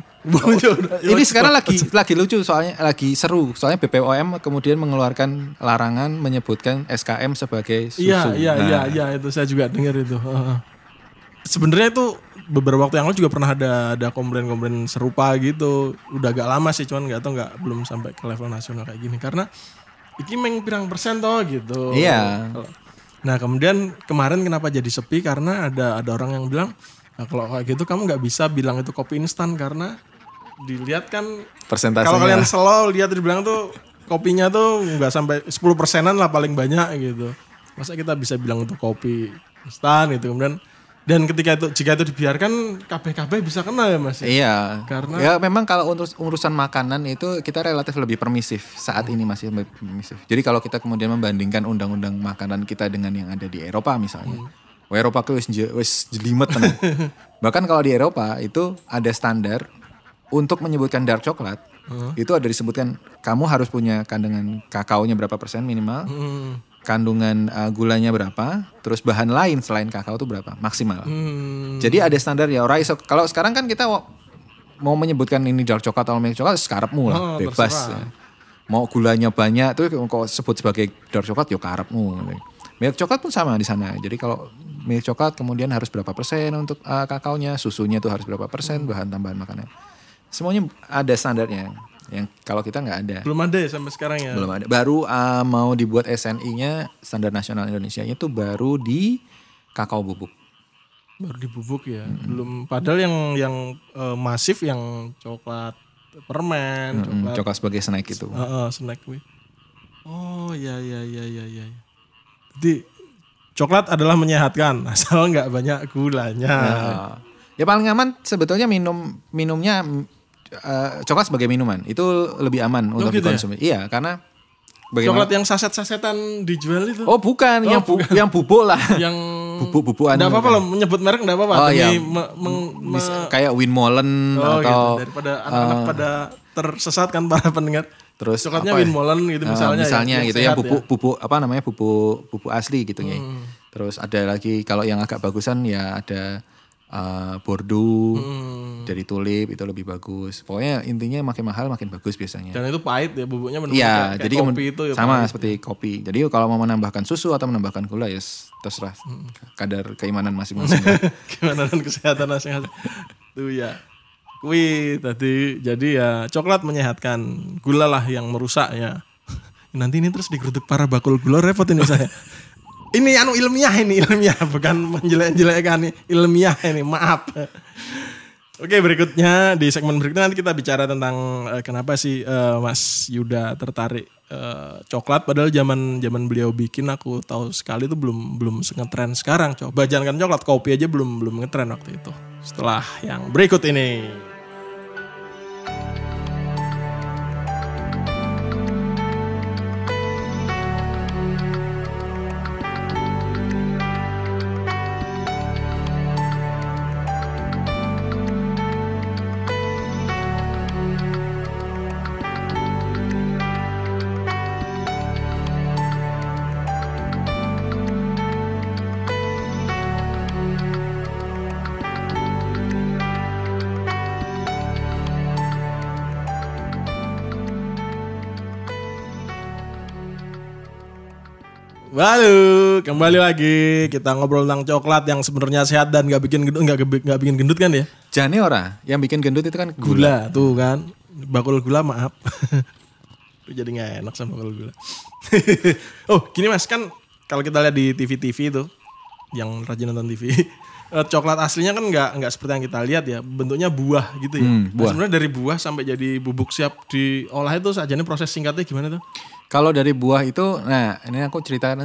Ini sekarang lagi lucu soalnya lagi seru soalnya BPOM kemudian mengeluarkan larangan menyebutkan SKM sebagai susu. Iya itu saya juga dengar itu. Sebenarnya itu beberapa waktu yang lalu juga pernah ada komplain serupa gitu. Udah agak lama sih, cuman belum sampai ke level nasional kayak gini karena iki pirang persen toh gitu. Iya. Nah kemudian kemarin kenapa jadi sepi karena ada orang yang bilang, nah, kalau kayak gitu kamu nggak bisa bilang itu kopi instan karena dilihat kan persentasenya. Kalau kalian slow lihat dibilang tuh kopinya tuh nggak sampai 10%-an lah paling banyak gitu. Masa kita bisa bilang itu kopi instan gitu kemudian. Dan jika itu dibiarkan KB bisa kena ya Mas. Iya. Karena ya memang kalau urusan makanan itu kita relatif lebih permisif saat ini masih lebih permisif. Jadi kalau kita kemudian membandingkan undang-undang makanan kita dengan yang ada di Eropa misalnya. Eropa itu wis jelimet tenan. Bahkan kalau di Eropa itu ada standar untuk menyebutkan dark coklat. Itu ada disebutkan kamu harus punya kandungan kakaonya berapa persen minimal. Kandungan gulanya berapa, terus bahan lain selain kakao itu berapa maksimal. Jadi ada standar ya orang iso. Kalau sekarang kan kita mau menyebutkan ini dark coklat atau milk coklat sekarepmu lah, bebas. Ya. Mau gulanya banyak tuh kok sebut sebagai dark coklat ya karepmu. Milk coklat pun sama di sana. Jadi kalau milk coklat kemudian harus berapa persen untuk kakaonya, susunya tuh harus berapa persen, bahan tambahan makanan. Semuanya ada standarnya. Yang kalau kita nggak ada. Belum ada ya sampai sekarang ya? Belum ada. Baru mau dibuat SNI-nya, Standar Nasional Indonesianya itu baru di kakao bubuk. Baru di bubuk ya? Belum. Padahal yang masif yang coklat permen. Coklat sebagai snack itu. Snack. Oh iya. Jadi coklat adalah menyehatkan asal nggak banyak gulanya. Ya paling aman sebetulnya minumnya coklat sebagai minuman itu lebih aman untuk dikonsumsi. Ya? Iya, karena coklat yang saset-sasetan dijual itu. Oh, bukan, yang bubuk lah. Yang bubuk-bubukan. Enggak apa-apa loh, menyebut merek enggak apa-apa. Oh iya. Kayak Winmolen atau gitu. Daripada anak-anak pada tersesat kan para pendengar. Terus coklatnya Winmolen gitu misalnya gitu yang bubuk bubuk asli gitu ya. Terus ada lagi kalau yang agak bagusan ya ada Bordeaux dari tulip itu lebih bagus. Pokoknya intinya makin mahal makin bagus biasanya. Dan itu pahit ya bubuknya benar-benar. Iya, jadi kopi itu ya sama pahit. seperti kopi. Jadi kalau mau menambahkan susu atau menambahkan gula ya terserah kadar keimanan masing-masing. Keimanan dan kesehatan masing-masing. Tuh ya. Wih, tadi jadi ya coklat menyehatkan, gula lah yang merusak ya. Nanti ini terus digeruduk para bakul gula repot ini saya. Ini ilmiah bukan menjelek-jelekkan nih, ilmiah ini, maaf. Oke, berikutnya di segmen berikutnya nanti kita bicara tentang kenapa sih Mas Yuda tertarik coklat padahal zaman beliau bikin aku tahu sekali itu belum ngetren sekarang. Coba jangankan coklat, kopi aja belum ngetren waktu itu. Setelah yang berikut ini. Waduh, kembali lagi kita ngobrol tentang coklat yang sebenarnya sehat dan nggak bikin gendut kan ya? Jane ora, yang bikin gendut itu kan Gula tuh kan, bakul gula maaf. Jadi nggak enak sama bakul gula. Oh, gini Mas, kan kalau kita lihat di TV-TV itu, yang rajin nonton TV, coklat aslinya kan nggak seperti yang kita lihat ya, bentuknya buah gitu ya. Nah, sebenarnya dari buah sampai jadi bubuk siap diolah itu sajane proses singkatnya gimana tuh? Kalau dari buah itu, nah ini aku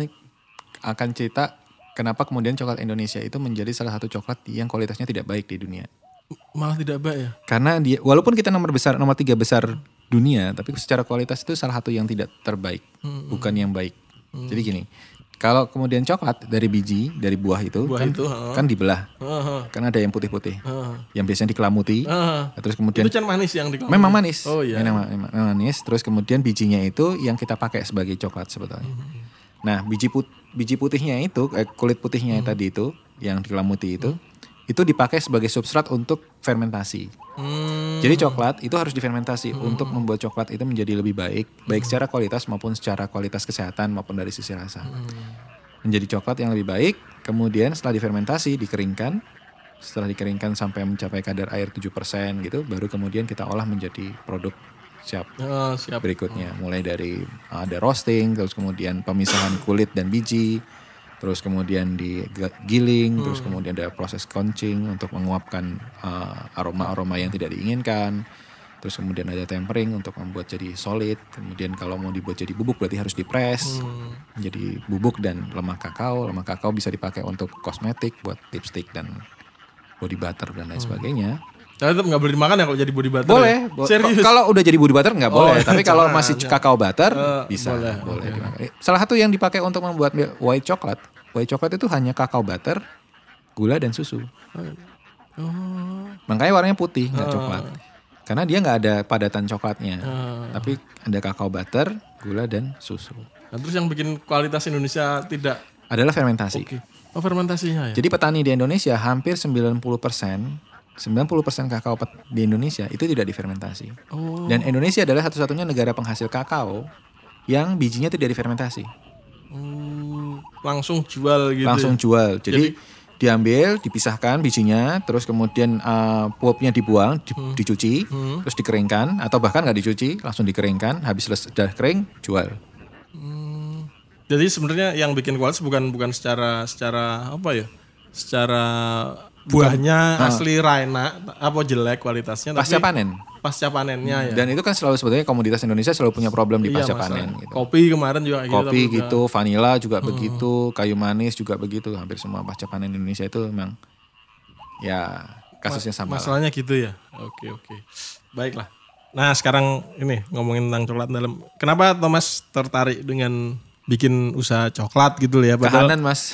akan cerita kenapa kemudian coklat Indonesia itu menjadi salah satu coklat yang kualitasnya tidak baik di dunia. Malah tidak baik ya? Karena dia, walaupun kita nomor 3 besar dunia, tapi secara kualitas itu salah satu yang tidak terbaik, bukan yang baik. Jadi gini, kalau kemudian coklat dari biji, dari buah itu, kan dibelah. Kan ada yang putih-putih, yang biasanya dikelamuti. Terus kemudian itu kan manis yang dikelamuti. Memang manis. Oh iya. Memang manis. Terus kemudian bijinya itu yang kita pakai sebagai coklat sebetulnya. Nah, biji putihnya itu, kulit putihnya tadi itu, yang dikelamuti itu dipakai sebagai substrat untuk fermentasi. Jadi coklat itu harus difermentasi untuk membuat coklat itu menjadi lebih baik secara kualitas maupun secara kualitas kesehatan maupun dari sisi rasa. Menjadi coklat yang lebih baik, kemudian setelah difermentasi dikeringkan. Setelah dikeringkan sampai mencapai kadar air 7% gitu, baru kemudian kita olah menjadi produk siap. Berikutnya. Mulai dari ada roasting, terus kemudian pemisahan kulit dan biji, terus kemudian digiling, terus kemudian ada proses conching untuk menguapkan aroma-aroma yang tidak diinginkan. Terus kemudian ada tempering untuk membuat jadi solid. Kemudian kalau mau dibuat jadi bubuk berarti harus dipres menjadi bubuk dan lemak kakao. Lemak kakao bisa dipakai untuk kosmetik, buat lipstick dan body butter dan lain sebagainya. Tapi tetap nggak boleh dimakan ya kalau jadi body butter? Boleh. Ya? Serius? Kalau udah jadi body butter nggak boleh. Tapi kalau masih kakao butter bisa. Boleh dimakan. Salah satu yang dipakai untuk membuat white chocolate itu hanya kakao butter, gula dan susu. Makanya warnanya putih, nggak coklat. Karena dia nggak ada padatan coklatnya. Tapi ada kakao butter, gula dan susu. Nah, terus yang bikin kualitas Indonesia tidak adalah fermentasi. Okay. Oh, fermentasinya ya. Jadi petani di Indonesia hampir 90% kakao di Indonesia itu tidak difermentasi. Dan Indonesia adalah satu-satunya negara penghasil kakao yang bijinya tidak difermentasi. Langsung jual gitu. Langsung jual. Jadi diambil, dipisahkan bijinya, terus kemudian pulpnya dibuang, dicuci, terus dikeringkan, atau bahkan nggak dicuci, langsung dikeringkan, habis sudah kering, jual. Jadi sebenarnya yang bikin kualitas bukan secara apa ya? Secara buahnya asli Raina apa jelek kualitasnya, pasca panen. Pasca panennya ya. Dan itu kan selalu sebetulnya komoditas Indonesia selalu punya problem di pasca panen gitu. Kopi kemarin juga gitu. Vanila juga begitu, kayu manis juga begitu. Hampir semua pasca panen Indonesia itu memang ya kasusnya sama. Masalahnya gitu ya. Oke. Baiklah. Nah, sekarang ini ngomongin tentang coklat dalam. Kenapa Thomas tertarik dengan bikin usaha coklat gitu ya? Kahanan Mas.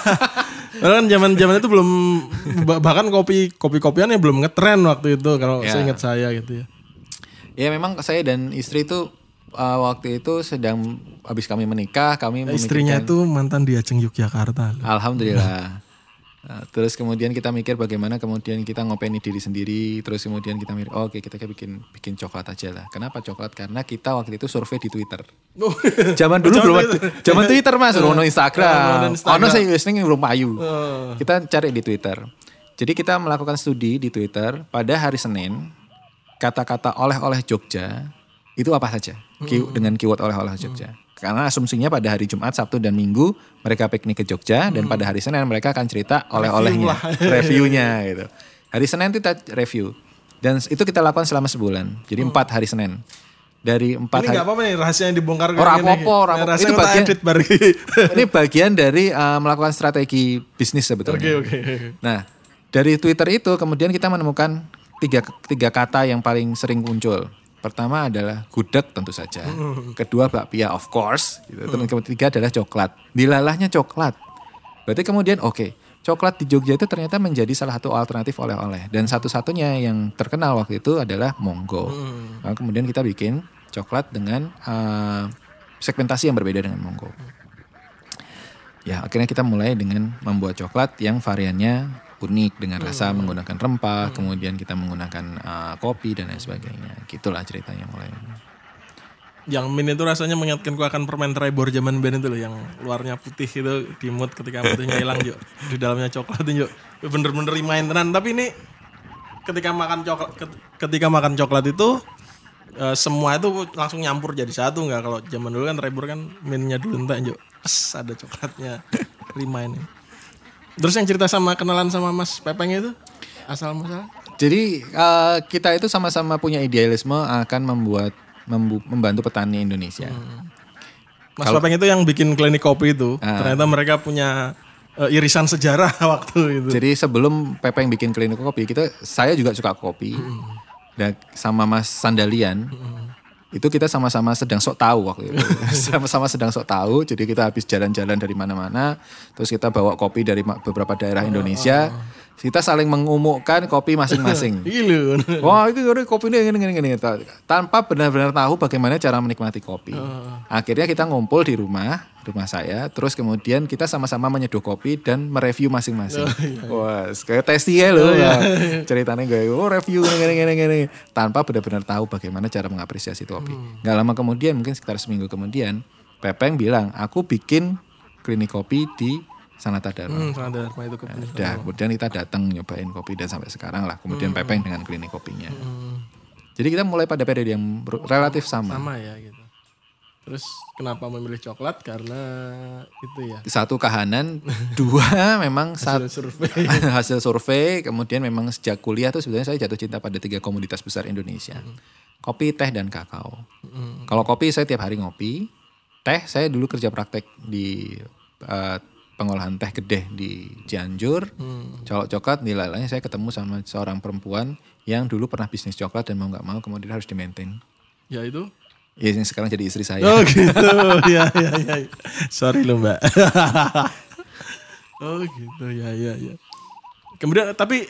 Kan zaman itu belum, bahkan kopi-kopiannya belum ngetren waktu itu kalau seingat saya gitu ya. Ya memang saya dan istri itu waktu itu sedang habis kami menikah, kami istrinya itu mantan di Ajeng Yogyakarta. Alhamdulillah. Terus kemudian kita mikir bagaimana kemudian kita ngopeni diri sendiri. Terus kemudian kita mikir oke, kita bikin coklat aja lah. Kenapa coklat? Karena kita waktu itu survei di Twitter. Zaman dulu belum zaman Twitter Mas, ono Instagram. Ono saya listening belum payu. Kita cari di Twitter. Jadi kita melakukan studi di Twitter pada hari Senin. Kata-kata oleh-oleh Jogja itu apa saja? Dengan keyword oleh-oleh Jogja. Karena asumsinya pada hari Jumat, Sabtu, dan Minggu mereka piknik ke Jogja. Dan pada hari Senin mereka akan cerita oleh-olehnya, reviewnya gitu. Hari Senin kita review. Dan itu kita lakukan selama sebulan. Jadi 4 hari Senin. Dari 4 hari. Ini gak apa-apa nih rahasia yang dibongkar. Orang apa-apa. Itu bagian, ini bagian dari melakukan strategi bisnis sebetulnya. Oke. Nah, dari Twitter itu kemudian kita menemukan tiga kata yang paling sering muncul. Pertama adalah gudeg tentu saja. Kedua bakpia of course. Gitu. Dan ketiga adalah coklat. Dilalahnya coklat. Berarti kemudian coklat di Jogja itu ternyata menjadi salah satu alternatif oleh-oleh. Dan satu-satunya yang terkenal waktu itu adalah Monggo. Lalu kemudian kita bikin coklat dengan segmentasi yang berbeda dengan Monggo. Ya akhirnya kita mulai dengan membuat coklat yang variannya unik dengan rasa menggunakan rempah, kemudian kita menggunakan kopi dan lain sebagainya. Gitulah ceritanya mulai. Yang mint itu rasanya mengingatkanku akan permen Tribor zaman band itu loh, yang luarnya putih itu dimut ketika putihnya hilang Juk. Di dalamnya coklat itu Juk. Bener-bener main tenan. Tapi ini ketika makan coklat itu semua itu langsung nyampur jadi satu nggak? Kalau zaman dulu kan Tribor kan mintnya dulu entek Juk. Ada coklatnya. Remind. Terus yang cerita sama kenalan sama Mas Pepeng itu asal masalah? Jadi kita itu sama-sama punya idealisme akan membantu petani Indonesia. Mas Pepeng itu yang bikin klinik kopi itu, ternyata mereka punya irisan sejarah waktu itu. Jadi sebelum Pepeng bikin klinik kopi, saya juga suka kopi. Dan sama Mas Sandalian, itu kita sama-sama sedang sok tahu waktu itu. Sama-sama sedang sok tahu, jadi kita habis jalan-jalan dari mana-mana, terus kita bawa kopi dari beberapa daerah Indonesia. Kita saling mengumumkan kopi masing-masing. Wah, itu kopi ini gini. Tanpa benar-benar tahu bagaimana cara menikmati kopi. Akhirnya kita ngumpul di rumah saya. Terus kemudian kita sama-sama menyeduh kopi dan mereview masing-masing. Wah, kayak tesnya loh. Ceritanya gue, review gini. Tanpa benar-benar tahu bagaimana cara mengapresiasi kopi. Gak lama kemudian, mungkin sekitar seminggu kemudian, Pepeng bilang, aku bikin klinik kopi di Sanata Dharma. Sanata Dharma itu kemudian kita datang nyobain kopi dan sampai sekarang lah. Kemudian Pepeng dengan klinik kopinya. Jadi kita mulai pada periode yang relatif sama. Sama ya gitu. Terus kenapa memilih coklat? Karena itu ya. Satu kahanan, dua memang hasil survei. Kemudian memang sejak kuliah tuh sebenarnya saya jatuh cinta pada 3 komoditas besar Indonesia. Kopi, teh, dan kakao. Kalau kopi saya tiap hari ngopi. Teh saya dulu kerja praktek di pengolahan teh Gedeh di Cianjur. Colok coklat nilainya saya ketemu sama seorang perempuan yang dulu pernah bisnis coklat dan mau gak mau kemudian harus di-maintain. Ya itu? Ya yang sekarang jadi istri saya. Oh gitu, ya. Sorry loh Mbak. Oh gitu, ya. Kemudian tapi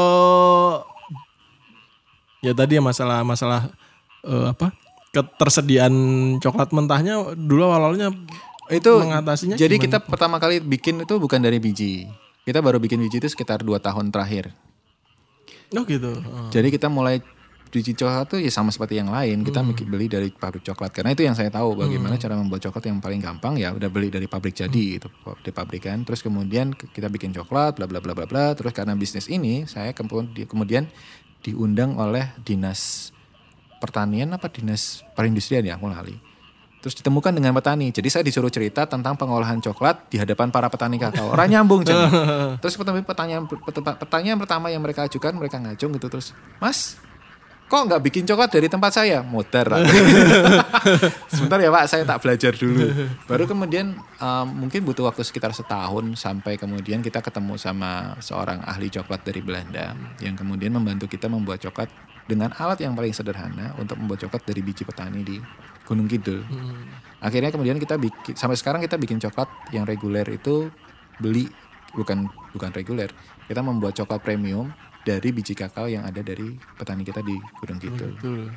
ya tadi ya masalah ketersediaan coklat mentahnya dulu awalnya itu mengatasinya. Jadi gimana? kita pertama kali bikin itu bukan dari biji. Kita baru bikin biji itu sekitar 2 tahun terakhir. Oh gitu. Jadi kita mulai biji coklat tuh ya sama seperti yang lain. Kita beli dari pabrik coklat. Karena itu yang saya tahu bagaimana cara membuat coklat yang paling gampang ya udah beli dari pabrik jadi itu di pabrikan. Terus kemudian kita bikin coklat bla bla bla bla bla. Terus karena bisnis ini saya kemudian diundang oleh dinas pertanian apa dinas perindustrian ya aku lali. Terus ditemukan dengan petani. Jadi saya disuruh cerita tentang pengolahan coklat di hadapan para petani kakao. Orang nyambung jadi. Terus pertanyaan pertama yang mereka ajukan, mereka ngacung gitu terus, "Mas, kok nggak bikin coklat dari tempat saya?" Modar. Sebentar ya Pak, saya tak belajar dulu. Baru kemudian mungkin butuh waktu sekitar setahun sampai kemudian kita ketemu sama seorang ahli coklat dari Belanda yang kemudian membantu kita membuat coklat dengan alat yang paling sederhana untuk membuat coklat dari biji petani di Gunung Kidul. Akhirnya kemudian kita bikin, sampai sekarang kita bikin coklat yang reguler itu bukan reguler. Kita membuat coklat premium dari biji kakao yang ada dari petani kita di Gunung Kidul.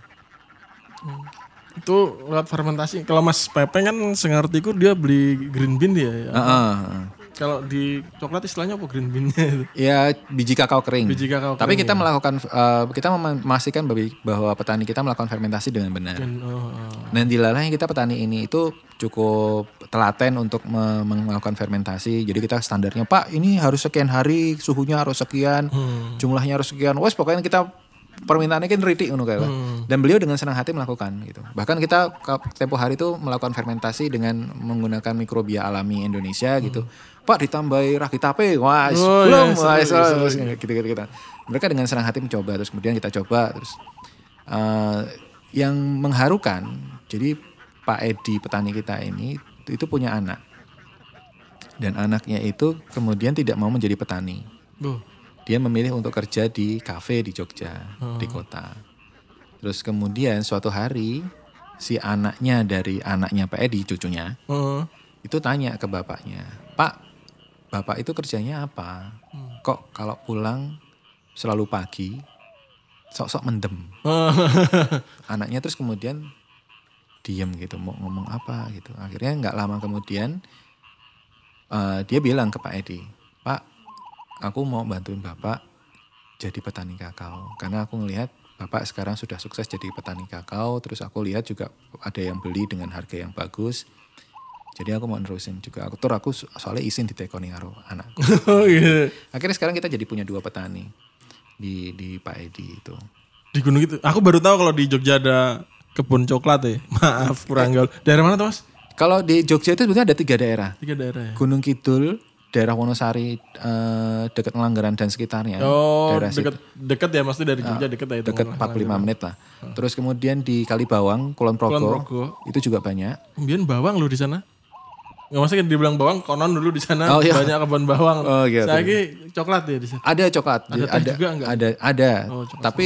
Itu lewat fermentasi. Kalau Mas Pepeng kan sengartiku dia beli green bean dia ya. Kalau di coklat istilahnya apa green bean-nya itu? Ya biji kakao kering. Tapi kita ya. kita memastikan bahwa petani kita melakukan fermentasi dengan benar. Dan dilalahnya kita petani ini itu cukup telaten untuk melakukan fermentasi. Jadi kita standarnya, Pak ini harus sekian hari, suhunya harus sekian, jumlahnya harus sekian. Wes pokoknya kita permintaannya kan ritik ngono kae. Dan beliau dengan senang hati melakukan gitu. Bahkan kita tempo hari itu melakukan fermentasi dengan menggunakan mikrobia alami Indonesia gitu. Pak ditambahi ragi tape. Wah, belum. Gitu. Mereka dengan senang hati mencoba, terus kemudian kita coba terus yang mengharukan. Jadi Pak Edi petani kita ini itu punya anak. Dan anaknya itu kemudian tidak mau menjadi petani. Dia memilih untuk kerja di kafe di Jogja, di kota. Terus kemudian suatu hari si anaknya Pak Edi, cucunya, itu tanya ke bapaknya, "Pak, Bapak itu kerjanya apa? Kok kalau pulang selalu pagi, sok-sok mendem?" Anaknya terus kemudian diem gitu, mau ngomong apa gitu. Akhirnya nggak lama kemudian dia bilang ke Pak Edi, "Pak, aku mau bantuin Bapak jadi petani kakao. Karena aku ngelihat bapak sekarang sudah sukses jadi petani kakao, terus aku lihat juga ada yang beli dengan harga yang bagus. Jadi aku mau nerusin juga. Aku soalnya izin ditekoni karo anakku. Oh iya. Akhirnya sekarang kita jadi punya 2 petani di Pak Edi itu. Di gunung itu. Aku baru tahu kalau di Jogja ada kebun coklat ya. Maaf kurang gaul. Daerah mana tuh Mas? Kalau di Jogja itu sebenarnya ada 3 daerah. 3 daerah ya. Gunung Kidul, daerah Wonosari, dekat Langgaran dan sekitarnya. Oh, daerah dekat ya, maksudnya dari Jogja dekat ya itu. dekat 45 menit lah. Terus kemudian di Kalibawang, Kulon Progo, itu juga banyak. Kemudian bawang lu di sana? Nggak maksudnya dibilang bawang, konon dulu di sana Oh, iya. banyak kebun bawang. Oh, gitu. Saya lagi coklat ya di sana. Ada coklat, Ada juga enggak? ada. Oh, coklat Tapi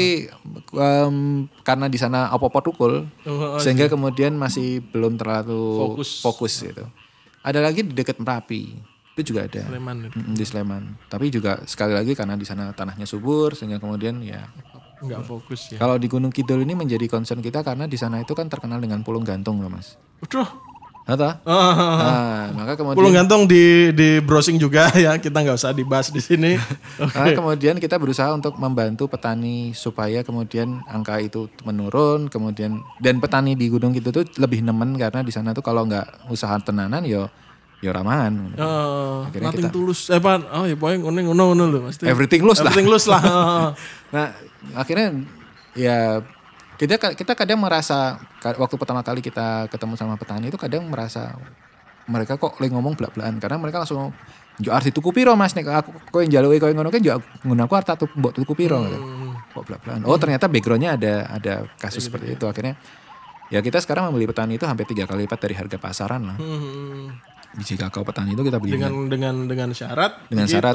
karena di sana apa-apa tukul, sehingga kemudian masih belum terlalu fokus gitu. Ada lagi di dekat Merapi, itu juga ada. Sleman itu. Di Sleman. Tapi juga sekali lagi karena di sana tanahnya subur, sehingga kemudian ya. Enggak fokus ya. Kalau di Gunung Kidul ini menjadi concern kita karena di sana itu kan terkenal dengan pulung gantung loh Mas. Udah. Nah, maka kemudian Pulung gantung di browsing juga ya, kita nggak usah dibahas di sini. Nah, kemudian kita berusaha untuk membantu petani supaya kemudian angka itu menurun, kemudian dan petani di Gunung Kidul itu lebih nemen karena di sana tuh kalau nggak usaha tenanan yo ramahan. Akhirnya Nothing tulus. Ya pokoknya ngono lho Mas. Everything loose lah. Everything loose lah. Nah, akhirnya ya kita kadang merasa waktu pertama kali kita ketemu sama petani itu kadang merasa mereka kok lagi ngomong belak-belakan karena mereka langsung yo arti tuku piro Mas nek aku kowe njaluke koyo ngono ki yo nggunaku arta mbok tuku piro gitu. Kok belak-belakan. Oh, ternyata backgroundnya ada kasus seperti itu. Akhirnya ya kita sekarang membeli petani itu hampir 3 kali lipat dari harga pasaran lah. Biji kakao petani itu kita beli dengan syarat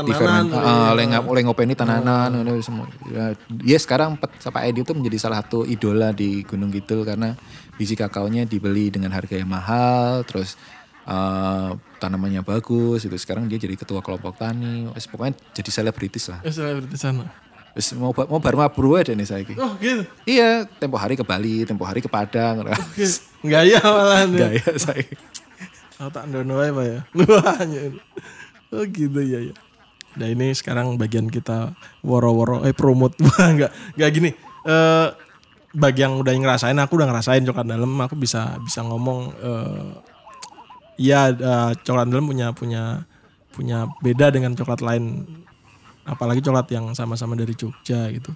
oleh ngopeni tananan semua. Ya sekarang Pak Edi itu menjadi salah satu idola di Gunung Kidul karena biji kakaonya dibeli dengan harga yang mahal, terus tanamannya bagus itu. Sekarang dia jadi ketua kelompok tani. Pokoknya jadi selebritis lah. Selebritis sana. Wis mau baru mabru aja nih saiki. Oh gitu. Iya, tempo hari ke Bali, tempo hari ke Padang. Enggak ya malah. Enggak ya saiki. Tak ndono ae Pak ya. Oh gitu ya. Nah ini sekarang bagian kita woro-woro promote. Enggak gini. Bagi yang udah ngerasain, aku udah ngerasain coklat dalam, aku bisa ngomong coklat dalam punya beda dengan coklat lain. Apalagi coklat yang sama-sama dari Jogja gitu.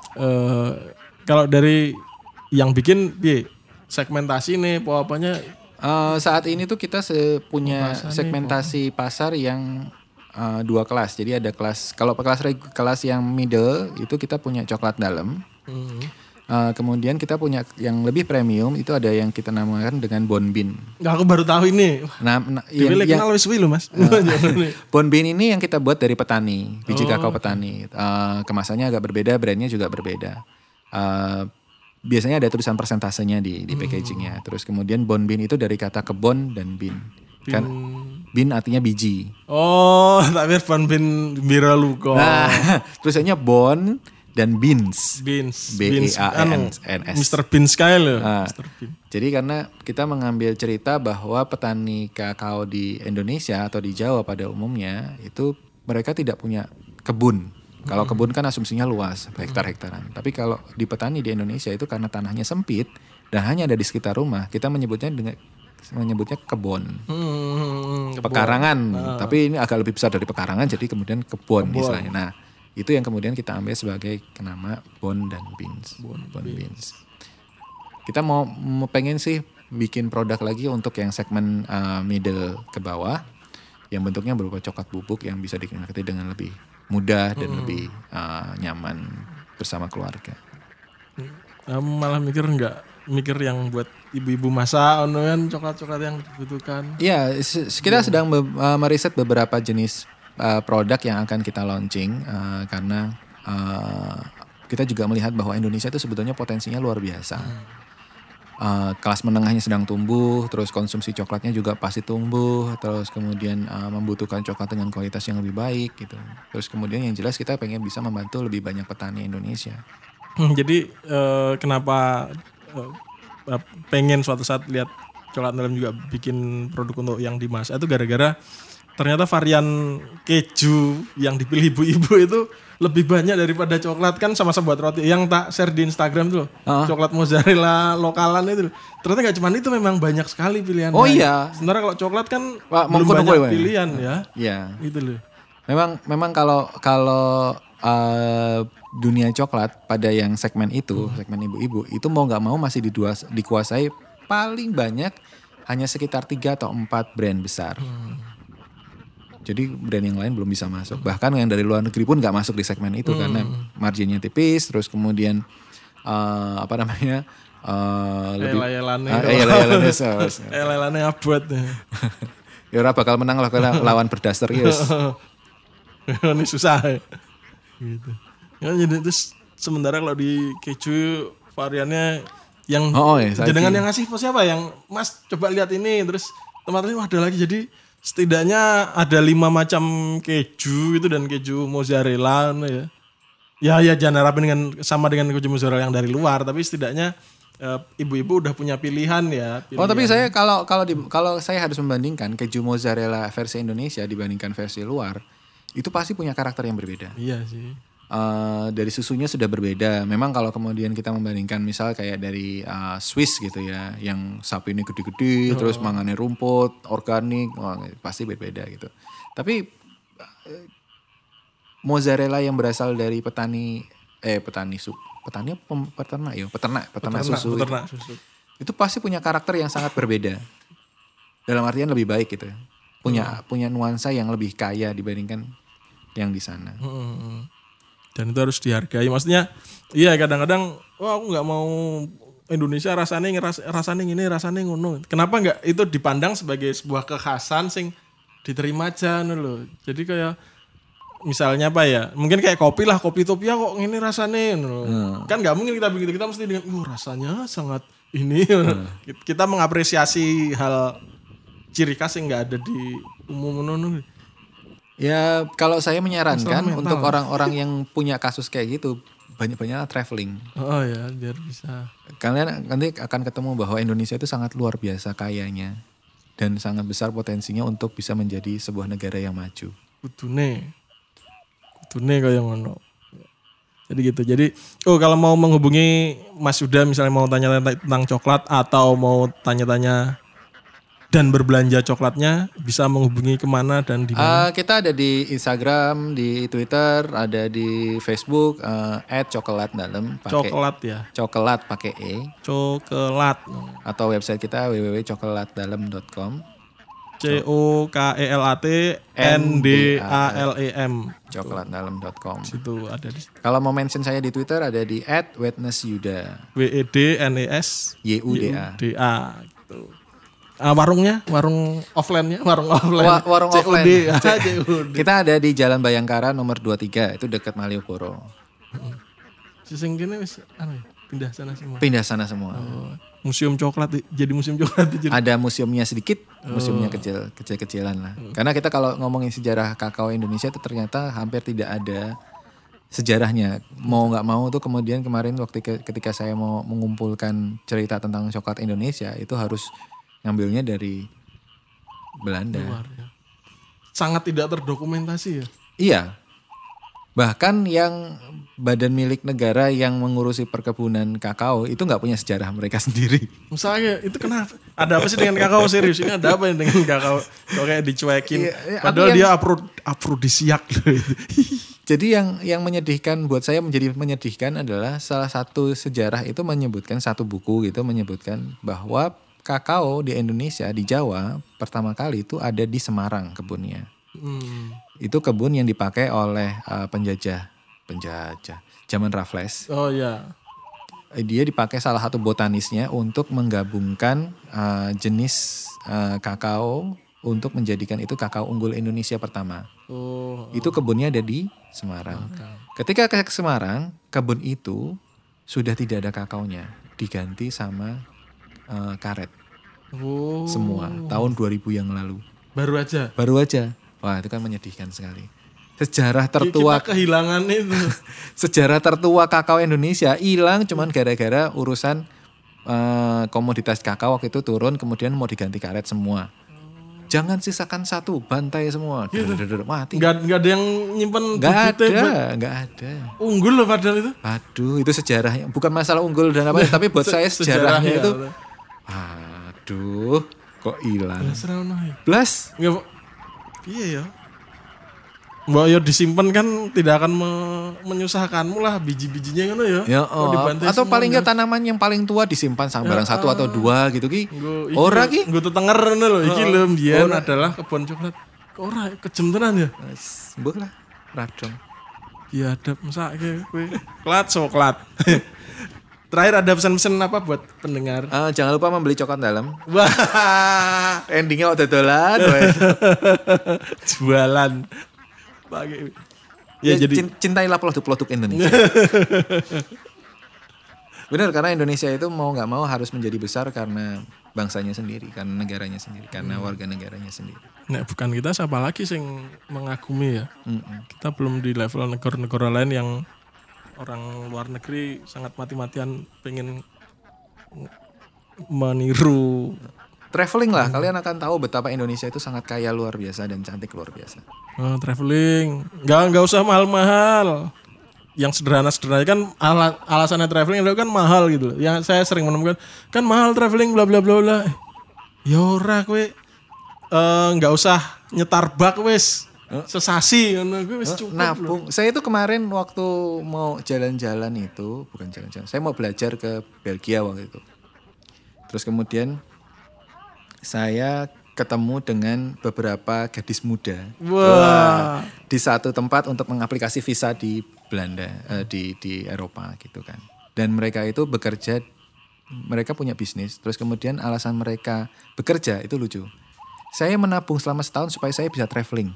Kalau dari yang bikin segmentasi nih apa-apanya. Saat ini tuh kita punya segmentasi pasar yang 2 kelas. Jadi ada kalau kelas yang middle itu kita punya coklat dalam. Kemudian kita punya yang lebih premium itu ada yang kita namakan dengan Bonbin. Nah, aku baru tahu ini. Yang kenal wis lho Mas. Bonbin ini yang kita buat dari petani, biji kakao petani. Kemasannya agak berbeda, brandnya juga berbeda. Biasanya ada tulisan persentasenya di packagingnya. Terus kemudian Bonbin itu dari kata kebon dan bin. Kan bin artinya biji. Oh, tapi Bonbin Biraluko. Nah, tulisannya Bon dan Beans. BEANS. Mr. Beans kayak loh. Jadi karena kita mengambil cerita bahwa petani kakao di Indonesia atau di Jawa pada umumnya itu mereka tidak punya kebun. Kalau kebun kan asumsinya luas, hektar-hektaran. Tapi kalau di petani di Indonesia itu karena tanahnya sempit dan hanya ada di sekitar rumah, kita menyebutnya kebun. Pekarangan. Tapi ini agak lebih besar dari pekarangan, jadi kemudian kebun istilahnya. Nah, itu yang kemudian kita ambil sebagai nama Bon dan Beans. Bon Beans. Kita mau pengen sih bikin produk lagi untuk yang segmen middle ke bawah, yang bentuknya berupa coklat bubuk yang bisa dinikmati dengan lebih mudah dan lebih nyaman bersama keluarga. Malah mikir yang buat ibu-ibu masak kan coklat-coklat yang dibutuhkan. Iya, kita sedang meriset beberapa jenis produk yang akan kita launching karena kita juga melihat bahwa Indonesia itu sebetulnya potensinya luar biasa. Kelas menengahnya sedang tumbuh, terus konsumsi coklatnya juga pasti tumbuh, terus kemudian membutuhkan coklat dengan kualitas yang lebih baik gitu. Terus kemudian yang jelas kita pengen bisa membantu lebih banyak petani Indonesia. Jadi kenapa pengen suatu saat lihat coklat dalam juga bikin produk untuk yang dimasak itu gara-gara ternyata varian keju yang dipilih ibu-ibu itu lebih banyak daripada coklat. Kan sama-sama buat roti. Yang tak share di Instagram tuh loh. Coklat mozzarella lokalan itu. Ternyata gak cuma itu, memang banyak sekali pilihan. Oh iya. Sebenarnya kalau coklat kan belum banyak pilihan ya. Iya. Gitu loh. Memang kalau dunia coklat pada yang segmen itu, segmen ibu-ibu, itu mau gak mau masih dikuasai paling banyak hanya sekitar 3 atau 4 brand besar. Jadi brand yang lain belum bisa masuk. Bahkan yang dari luar negeri pun nggak masuk di segmen itu karena marginnya tipis. Terus kemudian Elelannya abot. Ya ora bakal menang lah kalau lawan berdasar yes. Ini susah. Gitu. Ya, jadi terus sementara kalau di keju variannya yang jenengan yang ngasih siapa yang Mas coba lihat ini, terus teman-teman ada lagi, jadi setidaknya ada 5 macam keju itu dan keju mozzarella ya. Ya jangan harapin sama dengan keju mozzarella yang dari luar, tapi setidaknya ibu-ibu udah punya pilihan ya. Oh tapi saya kalau saya harus membandingkan keju mozzarella versi Indonesia dibandingkan versi luar, itu pasti punya karakter yang berbeda. Iya sih. Dari susunya sudah berbeda. Memang kalau kemudian kita membandingkan misal kayak dari Swiss gitu ya, yang sapi ini gede-gede, terus mangannya rumput, organik, pasti berbeda gitu. Tapi mozzarella yang berasal dari peternak susu. Itu pasti punya karakter yang sangat berbeda. Dalam artian lebih baik gitu. Punya nuansa yang lebih kaya dibandingkan yang di sana. Dan itu harus dihargai. Maksudnya iya kadang-kadang aku nggak mau Indonesia rasanya ini rasanya ngono. Kenapa nggak itu dipandang sebagai sebuah kekhasan sing diterima aja loh. Jadi kayak misalnya apa ya? Mungkin kayak kopi lah, kopi Topia kok ini rasanya Kan nggak mungkin kita begitu. Kita mesti dengan rasanya sangat ini. Kita mengapresiasi hal ciri khas yang nggak ada di umum nono. Ya kalau saya menyarankan untuk orang-orang yang punya kasus kayak gitu, banyak-banyaklah traveling. Oh ya, biar bisa. Kalian nanti akan ketemu bahwa Indonesia itu sangat luar biasa kayanya dan sangat besar potensinya untuk bisa menjadi sebuah negara yang maju. Kudune kayak ngono. Jadi gitu. Jadi kalau mau menghubungi Mas Yuda misalnya mau tanya tentang coklat atau mau tanya-tanya dan berbelanja coklatnya, bisa menghubungi kemana dan di mana? Kita ada di Instagram, di Twitter, ada di Facebook @coklatdalam pakai coklat ya. Coklat pakai E. Coklat. Atau website kita www.coklatdalam.com. COKLATNDALEM. Coklatdalam.com. Situ ada di. Kalau mau mention saya di Twitter ada di @witnessyuda. WEDNES YUDA. gitu. Warung offline-nya, warung offline. Warung offline. CUD. Kita ada di Jalan Bayangkara nomor 23, itu dekat Malioboro. Sing kene wis pindah sana semua. Oh, museum coklat, jadi museum coklat. Ada museumnya sedikit, museumnya kecil-kecilan lah. Karena kita kalau ngomongin sejarah kakao Indonesia itu ternyata hampir tidak ada sejarahnya. Mau nggak mau tuh kemudian kemarin ketika saya mau mengumpulkan cerita tentang coklat Indonesia itu harus ngambilnya dari Belanda. Luar, ya. Sangat tidak terdokumentasi ya. Iya. Bahkan yang badan milik negara yang mengurusi perkebunan kakao itu nggak punya sejarah mereka sendiri. Misalnya itu kenapa? Ada apa sih dengan kakao serius? Ini ada apa dengan kakao? Kok kayak dicuekin. Padahal dia afrodisiak. Jadi yang menyedihkan buat saya menjadi menyedihkan adalah salah satu sejarah itu menyebutkan satu buku gitu menyebutkan bahwa kakao di Indonesia, di Jawa, pertama kali itu ada di Semarang kebunnya. Itu kebun yang dipakai oleh penjajah zaman Raffles. Oh iya. Dia dipakai salah satu botanisnya untuk menggabungkan jenis kakao untuk menjadikan itu kakao unggul Indonesia pertama. Itu kebunnya ada di Semarang. Ketika ke Semarang, kebun itu sudah tidak ada kakaonya, diganti sama karet. Semua tahun 2000 yang lalu. Baru aja. Wah, itu kan menyedihkan sekali. Sejarah tertua kita kehilangan itu. Sejarah tertua kakao Indonesia hilang cuman gara-gara urusan komoditas kakao waktu itu turun kemudian mau diganti karet semua. Jangan sisakan satu, bantai semua. Mati. Nggak ada yang nyimpen Nggak ada. Unggul loh padahal itu. Aduh, itu sejarahnya. Bukan masalah unggul dan apa, tapi buat saya sejarahnya itu. Aduh, kok hilang. Blas. Enggak, iya ya. Mbak yo disimpan kan tidak akan menyusahkanmu lah biji-bijinya kan ya. Atau paling enggak tanaman yang paling tua disimpan barang satu atau dua gitu ki. Ora ki. Nggo tetenger ngono lho. Iki lho mbiyen adalah kebun coklat. Ora kejem tenan ya. Mbok lah radong. Biadab mesake kowe. Coklat. Terakhir ada pesan-pesan apa buat pendengar? Jangan lupa membeli coklat dalam. Wah, endingnya udah dolan. Jualan. Ya, jadi cintailah produk-produk Indonesia. Benar, karena Indonesia itu mau nggak mau harus menjadi besar karena bangsanya sendiri, karena negaranya sendiri, karena warga negaranya sendiri. Nah, bukan kita siapa lagi yang mengagumi ya. Kita belum di level negara-negara lain yang orang luar negeri sangat mati-matian pengen meniru. Traveling lah, kalian akan tahu betapa Indonesia itu sangat kaya luar biasa dan cantik luar biasa. Traveling, nggak usah mahal-mahal. Yang sederhana-sederhana kan alasannya traveling itu kan mahal gitu. Yang saya sering menemukan kan mahal traveling bla bla bla bla. Ya ora kowe nggak usah nyetar bak wis. Sesasi ngono kuwi wis cukup. Nabung. Saya itu kemarin waktu mau jalan-jalan itu, bukan jalan-jalan. Saya mau belajar ke Belgia waktu itu. Terus kemudian saya ketemu dengan beberapa gadis muda. Wah. Di satu tempat untuk mengaplikasi visa di Belanda, di Eropa gitu kan. Dan mereka itu bekerja, mereka punya bisnis. Terus kemudian alasan mereka bekerja itu lucu. Saya menabung selama setahun supaya saya bisa traveling.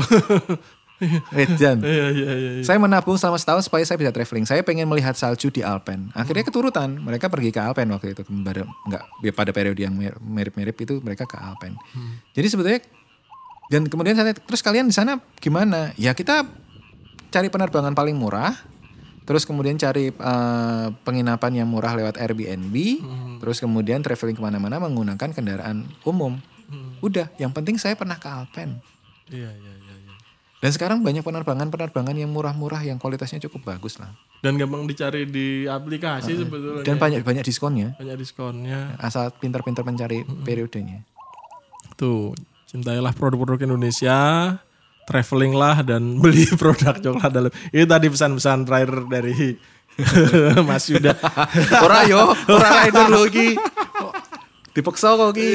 Wedan. Iya. Saya menabung selama setahun supaya saya bisa traveling. Saya pengen melihat salju di Alpen. Akhirnya keturutan. Mereka pergi ke Alpen waktu itu. Pada periode yang mirip-mirip itu mereka ke Alpen. Jadi sebetulnya, dan kemudian saya terus kalian di sana gimana? Ya kita cari penerbangan paling murah. Terus kemudian cari penginapan yang murah lewat Airbnb. Terus kemudian traveling kemana-mana menggunakan kendaraan umum. Udah, yang penting saya pernah ke Alpen. Iya. Dan sekarang banyak penerbangan yang murah-murah yang kualitasnya cukup bagus lah. Dan gampang dicari di aplikasi sebetulnya. Dan banyak diskonnya. Asal pintar-pintar mencari periodenya. Tuh, cintailah produk-produk Indonesia, traveling lah dan beli produk coklat dalam. Ini tadi pesan-pesan terakhir dari Mas Yuda. Ora rider lo ki. Dipaksa kok ki.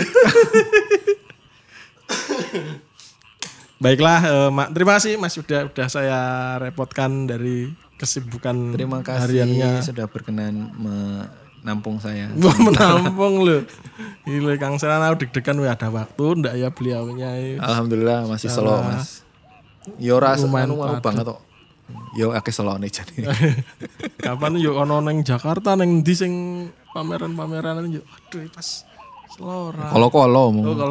Baiklah, terima kasih Mas Yuda udah saya repotkan dari kesibukan terima kasih hariannya. Sudah berkenan menampung saya. Menampung loh. Gila Kang Serana deg-degan ada waktu ndak ya beliaunya. Alhamdulillah masih slow Mas. Yo rasa anu banget kok. Yo akeh selone jane. Kapan yo ono ning Jakarta ning ndi sing pameran-pameran yo aduh pas selora. Kolo-kolo.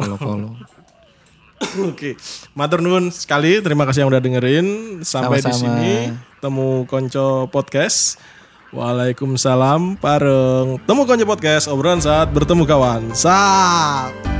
Oke, matur nuwun sekali. Terima kasih yang udah dengerin sampai di sini. Temu Konco Podcast. Waalaikumsalam. Pareng Temu Konco Podcast, obrolan saat bertemu kawan. Sap.